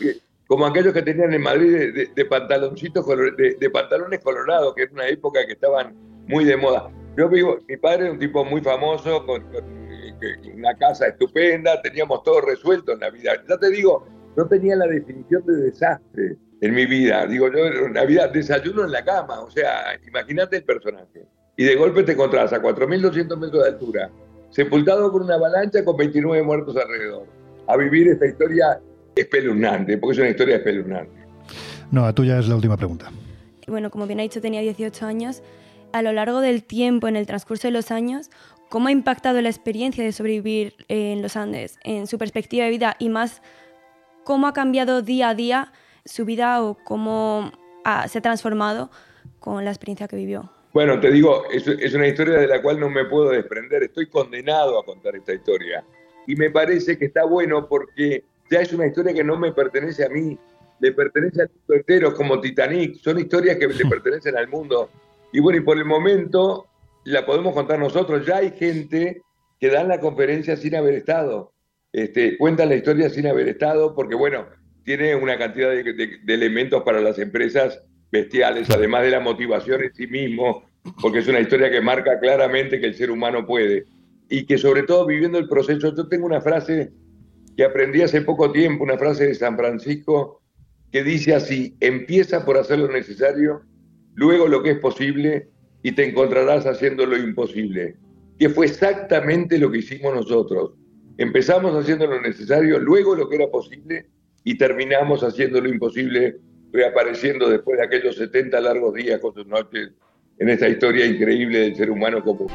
[SPEAKER 6] como aquellos que tenían en Madrid de pantaloncitos, de pantalones colorados, que es una época que estaban muy de moda. Mi padre era un tipo muy famoso, con una casa estupenda, teníamos todo resuelto en la vida. Ya te digo, no tenía la definición de desastre en mi vida. Digo, yo era una vida, desayuno en la cama, o sea, imagínate el personaje. Y de golpe te encontrás a 4.200 metros de altura, sepultado por una avalancha con 29 muertos alrededor, a vivir esta historia espeluznante, porque es una historia espeluznante.
[SPEAKER 2] No, a tuya es la última pregunta.
[SPEAKER 11] Bueno, como bien ha dicho, tenía 18 años. A lo largo del tiempo, en el transcurso de los años, ¿cómo ha impactado la experiencia de sobrevivir en los Andes, en su perspectiva de vida y más, cómo ha cambiado día a día su vida o cómo se ha transformado con la experiencia que vivió?
[SPEAKER 6] Bueno, te digo, es una historia de la cual no me puedo desprender. Estoy condenado a contar esta historia. Y me parece que está bueno porque ya es una historia que no me pertenece a mí, le pertenece al mundo entero, como Titanic. Son historias que le pertenecen al mundo. Y bueno, y por el momento la podemos contar nosotros. Ya hay gente que dan la conferencia sin haber estado. Cuentan la historia sin haber estado porque, bueno, tiene una cantidad de elementos para las empresas bestiales, además de la motivación en sí mismo, porque es una historia que marca claramente que el ser humano puede. Y que sobre todo viviendo el proceso, yo tengo una frase que aprendí hace poco tiempo, una frase de San Francisco, que dice así: empieza por hacer lo necesario, luego lo que es posible, y te encontrarás haciendo lo imposible. Que fue exactamente lo que hicimos nosotros. Empezamos haciendo lo necesario, luego lo que era posible, y terminamos haciendo lo imposible, reapareciendo después de aquellos 70 largos días con sus noches en esta historia increíble del ser humano común.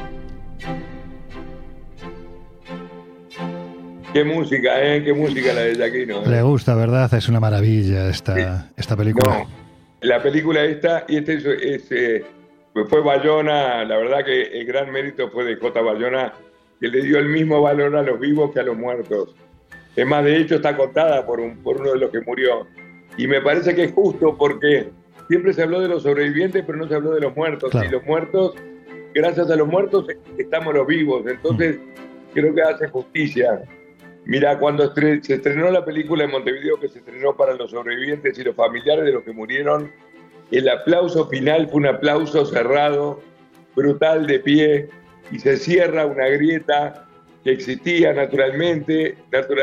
[SPEAKER 6] Qué música, qué música la de Giacchino.
[SPEAKER 2] Le gusta, ¿verdad? Es una maravilla esta película.
[SPEAKER 6] No, la película fue Bayona, la verdad que el gran mérito fue de J. Bayona, que le dio el mismo valor a los vivos que a los muertos. Es más, de hecho está contada por uno de los que murió. Y me parece que es justo porque siempre se habló de los sobrevivientes, pero no se habló de los muertos. Claro. Y los muertos, gracias a los muertos, estamos los vivos. Entonces, creo que hace justicia. Mira, cuando se estrenó la película en Montevideo, que se estrenó para los sobrevivientes y los familiares de los que murieron, el aplauso final fue un aplauso cerrado, brutal, de pie, y se cierra una grieta que existía naturalmente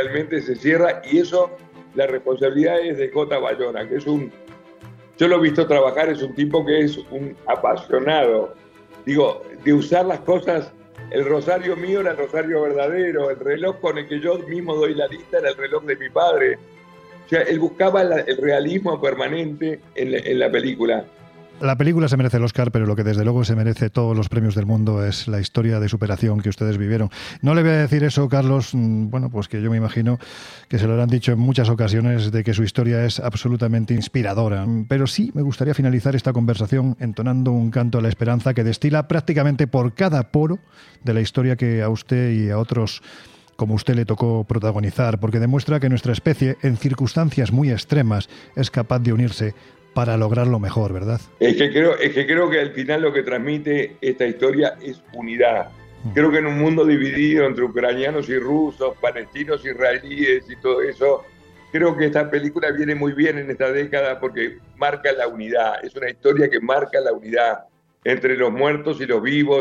[SPEAKER 6] se cierra, y eso, la responsabilidad es de J. Bayona, que yo lo he visto trabajar, es un tipo que es un apasionado, digo, de usar las cosas. El rosario mío era el rosario verdadero, el reloj con el que yo mismo doy la lista era el reloj de mi padre. O sea, él buscaba el realismo permanente en la película.
[SPEAKER 2] La película se merece el Oscar, pero lo que desde luego se merece todos los premios del mundo es la historia de superación que ustedes vivieron. No le voy a decir eso, Carlos, bueno, pues que yo me imagino que se lo habrán dicho en muchas ocasiones, de que su historia es absolutamente inspiradora. Pero sí me gustaría finalizar esta conversación entonando un canto a la esperanza que destila prácticamente por cada poro de la historia que a usted y a otros como usted le tocó protagonizar, porque demuestra que nuestra especie, en circunstancias muy extremas, es capaz de unirse para lograr lo mejor, ¿verdad? Es que
[SPEAKER 6] creo que al final lo que transmite esta historia es unidad. Creo que en un mundo dividido entre ucranianos y rusos, palestinos, israelíes y todo eso, creo que esta película viene muy bien en esta década porque marca la unidad. Es una historia que marca la unidad entre los muertos y los vivos,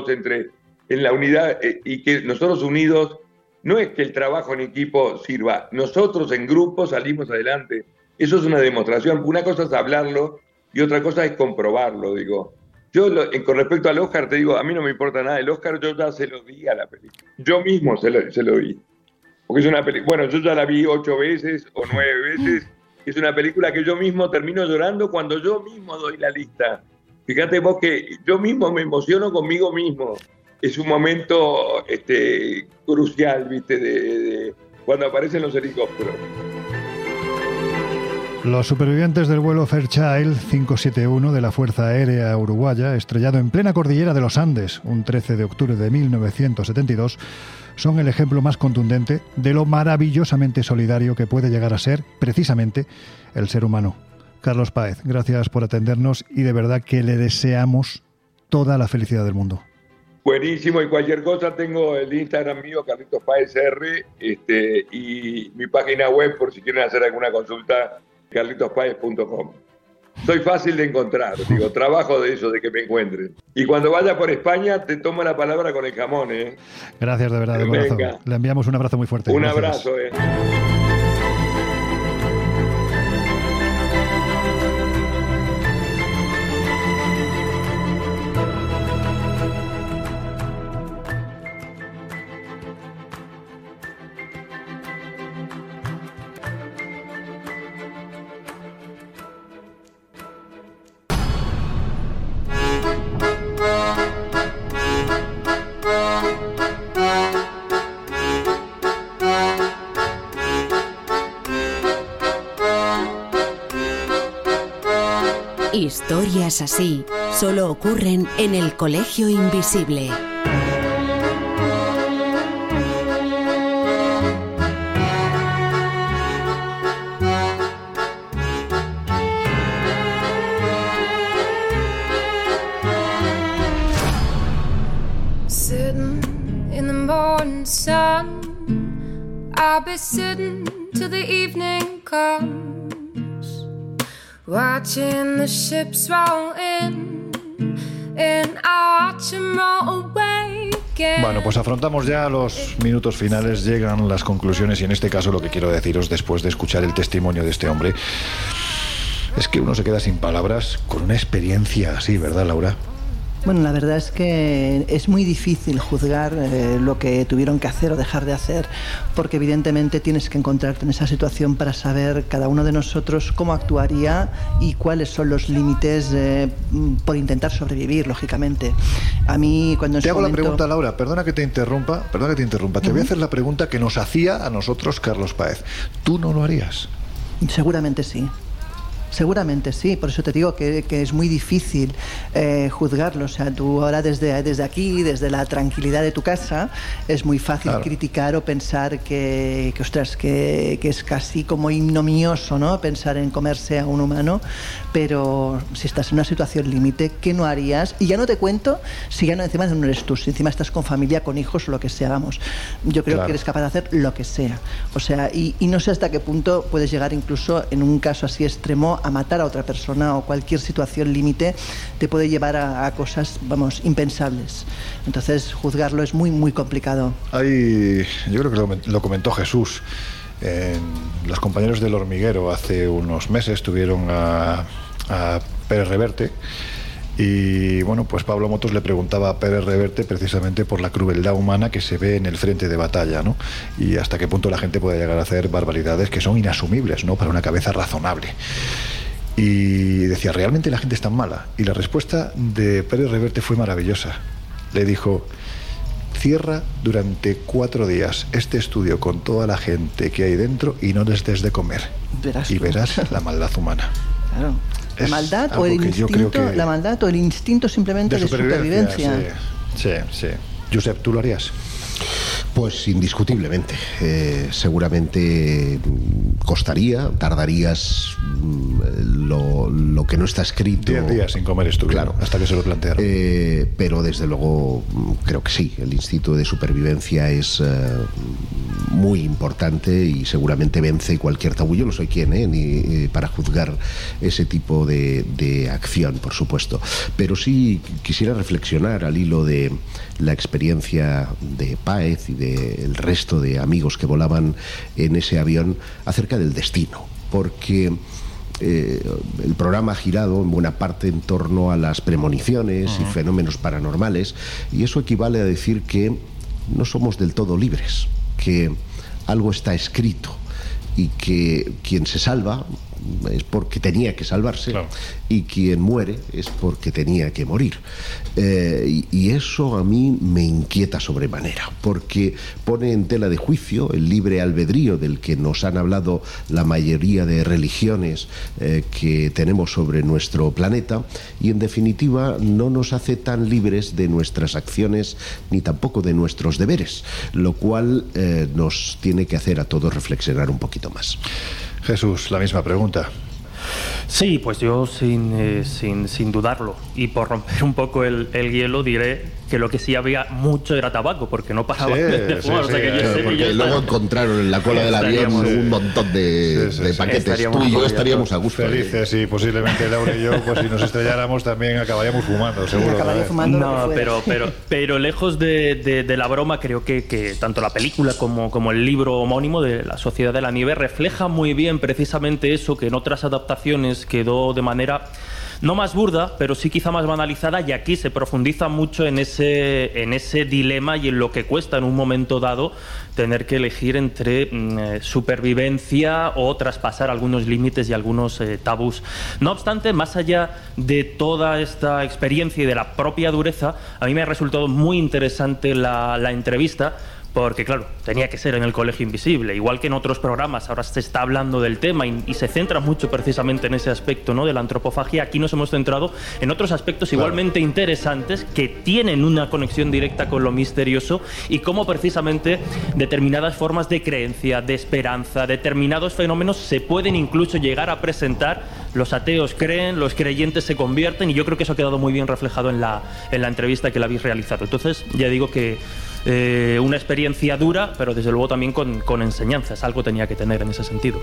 [SPEAKER 6] en la unidad, y que nosotros unidos, no es que el trabajo en equipo sirva, nosotros en grupo salimos adelante. Eso es una demostración. Una cosa es hablarlo y otra cosa es comprobarlo, digo. Yo, con respecto al Oscar, te digo, a mí no me importa nada. El Oscar yo ya se lo di a la película. Yo mismo se lo di. Porque es una película, bueno, yo ya la vi 8 veces o 9 veces. Es una película que yo mismo termino llorando cuando yo mismo doy la lista. Fíjate vos que yo mismo me emociono conmigo mismo. Es un momento crucial, ¿viste? De cuando aparecen los helicópteros.
[SPEAKER 2] Los supervivientes del vuelo Fairchild 571 de la Fuerza Aérea Uruguaya, estrellado en plena cordillera de los Andes un 13 de octubre de 1972, son el ejemplo más contundente de lo maravillosamente solidario que puede llegar a ser, precisamente, el ser humano. Carlos Páez, gracias por atendernos y de verdad que le deseamos toda la felicidad del mundo.
[SPEAKER 6] Buenísimo, y cualquier cosa tengo el Instagram mío, Carlitos Páez R, y mi página web por si quieren hacer alguna consulta, carlitospaez.com. Soy fácil de encontrar, digo, trabajo de eso, de que me encuentren. Y cuando vaya por España, te tomo la palabra con el jamón, ¿eh?
[SPEAKER 2] Gracias de verdad, de corazón. Le enviamos un abrazo muy fuerte.
[SPEAKER 6] Un
[SPEAKER 2] Gracias.
[SPEAKER 6] abrazo, ¿eh?
[SPEAKER 12] Historias así solo ocurren en el Colegio Invisible.
[SPEAKER 13] Sitting in the morning sun, I'll be sitting till the evening comes, watching the ships roll in, and I watch them roll away again.
[SPEAKER 2] Bueno, pues afrontamos ya los minutos finales, llegan las conclusiones y en este caso lo que quiero deciros después de escuchar el testimonio de este hombre es que uno se queda sin palabras con una experiencia así, ¿verdad, Laura?
[SPEAKER 14] Bueno, la verdad es que es muy difícil juzgar lo que tuvieron que hacer o dejar de hacer, porque evidentemente tienes que encontrarte en esa situación para saber cada uno de nosotros cómo actuaría y cuáles son los límites por intentar sobrevivir, lógicamente. A mí cuando
[SPEAKER 2] te hago la pregunta, Laura, perdona que te interrumpa, te voy a hacer la pregunta que nos hacía a nosotros Carlos Páez. ¿Tú no lo harías?
[SPEAKER 14] Seguramente sí. Seguramente sí, por eso te digo que es muy difícil juzgarlo. O sea, tú ahora desde aquí, desde la tranquilidad de tu casa, es muy fácil criticar o pensar que es casi como ignominioso, ¿no? Pensar en comerse a un humano, pero si estás en una situación límite, ¿qué no harías? Y ya no te cuento si ya no encima no eres tú, si encima estás con familia, con hijos o lo que sea, vamos. Yo creo que eres capaz de hacer lo que sea. O sea, y no sé hasta qué punto puedes llegar incluso en un caso así extremo a matar a otra persona, o cualquier situación límite te puede llevar a cosas, vamos, impensables. Entonces, juzgarlo es muy, muy complicado.
[SPEAKER 2] Yo creo que lo comentó Jesús. Los compañeros del Hormiguero hace unos meses tuvieron a Pérez Reverte. Y bueno, pues Pablo Motos le preguntaba a Pérez Reverte precisamente por la crueldad humana que se ve en el frente de batalla, ¿no? Y hasta qué punto la gente puede llegar a hacer barbaridades que son inasumibles, ¿no? Para una cabeza razonable. Y decía, ¿realmente la gente es tan mala? Y la respuesta de Pérez Reverte fue maravillosa. Le dijo, cierra durante 4 días este estudio con toda la gente que hay dentro y no les des de comer. Verás la maldad humana.
[SPEAKER 14] Claro. La maldad o el instinto, la maldad o el instinto simplemente de supervivencia.
[SPEAKER 2] Sí. Josep, ¿tú lo harías?
[SPEAKER 15] Pues indiscutiblemente. Seguramente costaría, tardarías lo que no está escrito.
[SPEAKER 2] 10 días sin comer estuvieron, claro, hasta que se lo plantearon.
[SPEAKER 15] Pero desde luego creo que sí, el instinto de supervivencia es muy importante y seguramente vence cualquier tabú. Yo no soy quien ni para juzgar ese tipo de acción, por supuesto. Pero sí quisiera reflexionar al hilo de la experiencia de Páez y del resto de amigos que volaban en ese avión acerca del destino, porque el programa ha girado en buena parte en torno a las premoniciones y fenómenos paranormales, y eso equivale a decir que no somos del todo libres, que algo está escrito y que quien se salva es porque tenía que salvarse, claro, y quien muere es porque tenía que morir. Y eso a mí me inquieta sobremanera, porque pone en tela de juicio el libre albedrío del que nos han hablado la mayoría de religiones que tenemos sobre nuestro planeta, y en definitiva no nos hace tan libres de nuestras acciones ni tampoco de nuestros deberes, lo cual nos tiene que hacer a todos reflexionar un poquito más.
[SPEAKER 2] Jesús, la misma pregunta.
[SPEAKER 16] Sí, pues yo sin dudarlo, y por romper un poco el hielo diré que lo que sí había mucho era tabaco, porque no paraba de fumar. O sea que yo sé que yo
[SPEAKER 15] luego encontraron en la cola del avión un montón de paquetes. Tú y yo estaríamos a gusto.
[SPEAKER 2] Felices, y posiblemente Laura y yo, pues si nos estrelláramos también acabaríamos fumando, seguro.
[SPEAKER 16] No, pero lejos de la broma, creo que tanto la película como el libro homónimo de La Sociedad de la Nieve refleja muy bien precisamente eso que en otras adaptaciones quedó de manera no más burda, pero sí quizá más banalizada, y aquí se profundiza mucho en ese dilema y en lo que cuesta en un momento dado tener que elegir entre supervivencia o traspasar algunos límites y algunos tabús. No obstante, más allá de toda esta experiencia y de la propia dureza, a mí me ha resultado muy interesante la entrevista, porque claro, tenía que ser en el Colegio Invisible, igual que en otros programas ahora se está hablando del tema y se centra mucho precisamente en ese aspecto, ¿no?, de la antropofagia. Aquí nos hemos centrado en otros aspectos igualmente interesantes que tienen una conexión directa con lo misterioso y cómo precisamente determinadas formas de creencia, de esperanza, determinados fenómenos se pueden incluso llegar a presentar. Los ateos creen, los creyentes se convierten, y yo creo que eso ha quedado muy bien reflejado en la entrevista que la habéis realizado. Entonces, ya digo que una experiencia dura, pero desde luego también con enseñanzas. Algo tenía que tener en ese sentido.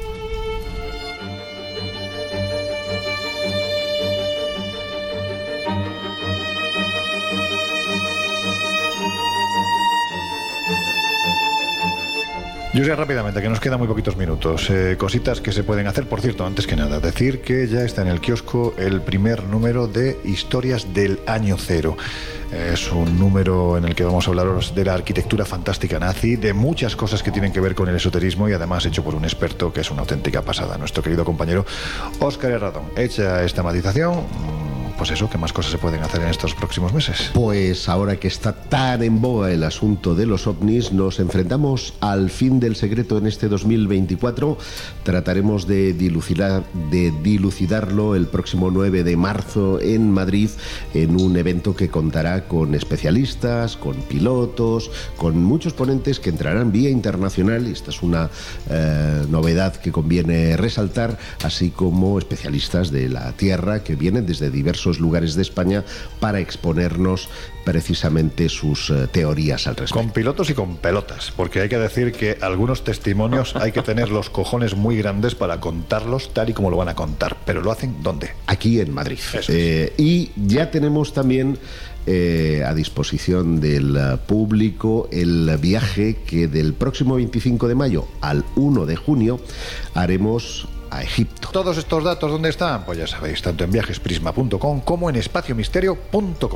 [SPEAKER 2] Yo sé rápidamente, que nos quedan muy poquitos minutos. Cositas que se pueden hacer. Por cierto, antes que nada, decir que ya está en el kiosco el primer número de Historias del Año Cero. Es un número en el que vamos a hablaros de la arquitectura fantástica nazi, de muchas cosas que tienen que ver con el esoterismo, y además hecho por un experto que es una auténtica pasada, nuestro querido compañero Óscar Herradón. Hecha esta matización, pues eso, ¿qué más cosas se pueden hacer en estos próximos meses?
[SPEAKER 15] Pues ahora que está tan en boga el asunto de los ovnis, nos enfrentamos al fin del secreto en este 2024. Trataremos de dilucidarlo el próximo 9 de marzo en Madrid, en un evento que contará con especialistas, con pilotos, con muchos ponentes que entrarán vía internacional, y esta es una novedad que conviene resaltar, así como especialistas de la Tierra que vienen desde diversos lugares de España para exponernos precisamente sus teorías al respecto.
[SPEAKER 2] Con pilotos y con pelotas, porque hay que decir que algunos testimonios hay que tener los cojones muy grandes para contarlos tal y como lo van a contar. Pero ¿lo hacen dónde?
[SPEAKER 15] Aquí en Madrid. Y ya tenemos también a disposición del público el viaje que del próximo 25 de mayo al 1 de junio haremos a Egipto.
[SPEAKER 2] Todos estos datos, ¿dónde están? Pues ya sabéis, tanto en viajesprisma.com como en espaciomisterio.com.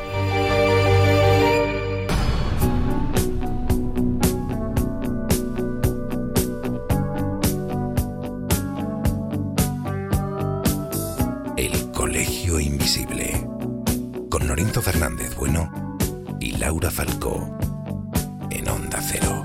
[SPEAKER 1] El Colegio Invisible, con Lorenzo Fernández Bueno y Laura Falcó, en Onda Cero.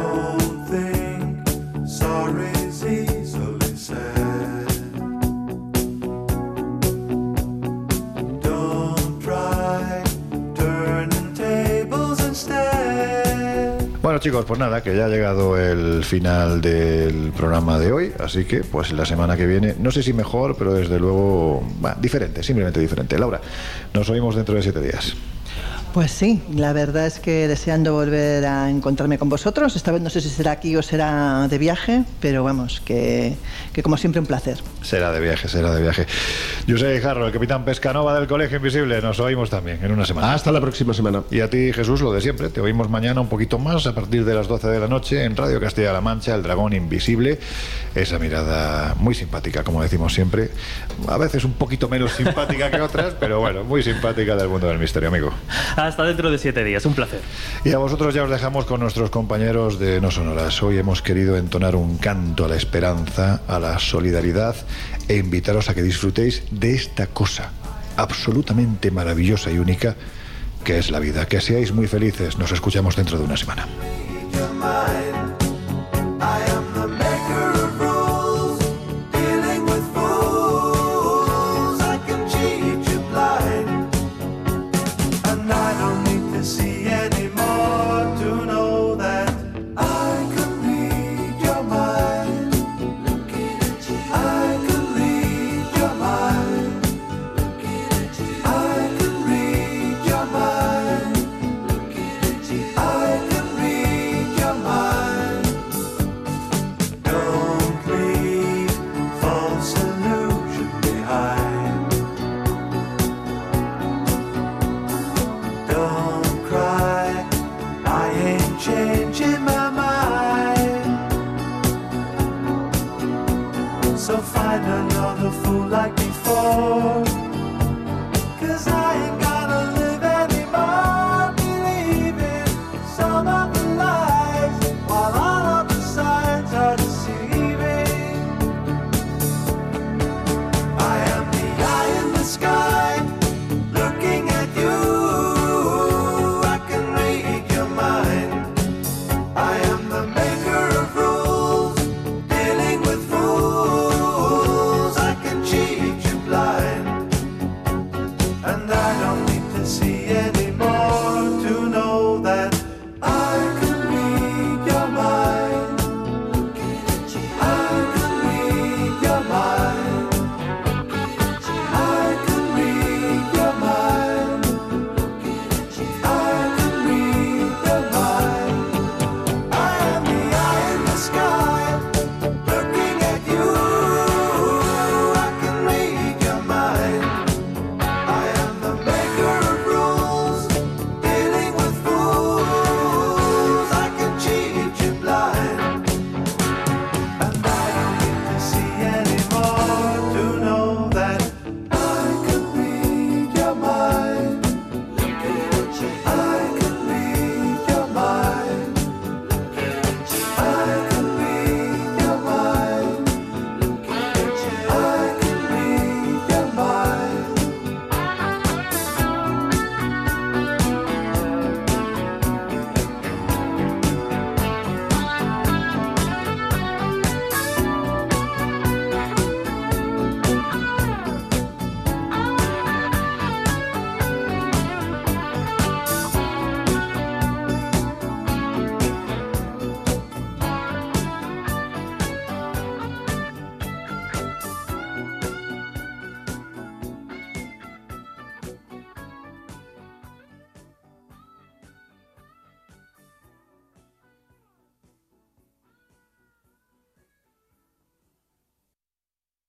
[SPEAKER 2] Bueno, chicos, pues nada, que ya ha llegado el final del programa de hoy, así que pues la semana que viene, no sé si mejor, pero desde luego diferente, simplemente diferente. Laura, nos oímos dentro de 7 días.
[SPEAKER 14] Pues sí, la verdad es que deseando volver a encontrarme con vosotros. Esta vez no sé si será aquí o será de viaje, pero vamos, que como siempre un placer.
[SPEAKER 2] Será de viaje, será de viaje. José Jarro, el capitán Pescanova del Colegio Invisible, nos oímos también en una semana.
[SPEAKER 15] Hasta la próxima semana.
[SPEAKER 2] Y a ti, Jesús, lo de siempre, te oímos mañana un poquito más a partir de las 12 de la noche en Radio Castilla-La Mancha, El Dragón Invisible. Esa mirada muy simpática, como decimos siempre, a veces un poquito menos simpática que otras, pero bueno, muy simpática del mundo del misterio, amigo.
[SPEAKER 16] Hasta dentro de 7 días, un placer.
[SPEAKER 2] Y a vosotros ya os dejamos con nuestros compañeros de No Sonoras. Hoy hemos querido entonar un canto a la esperanza, a la solidaridad, e invitaros a que disfrutéis de esta cosa absolutamente maravillosa y única que es la vida. Que seáis muy felices. Nos escuchamos dentro de una semana.
[SPEAKER 13] for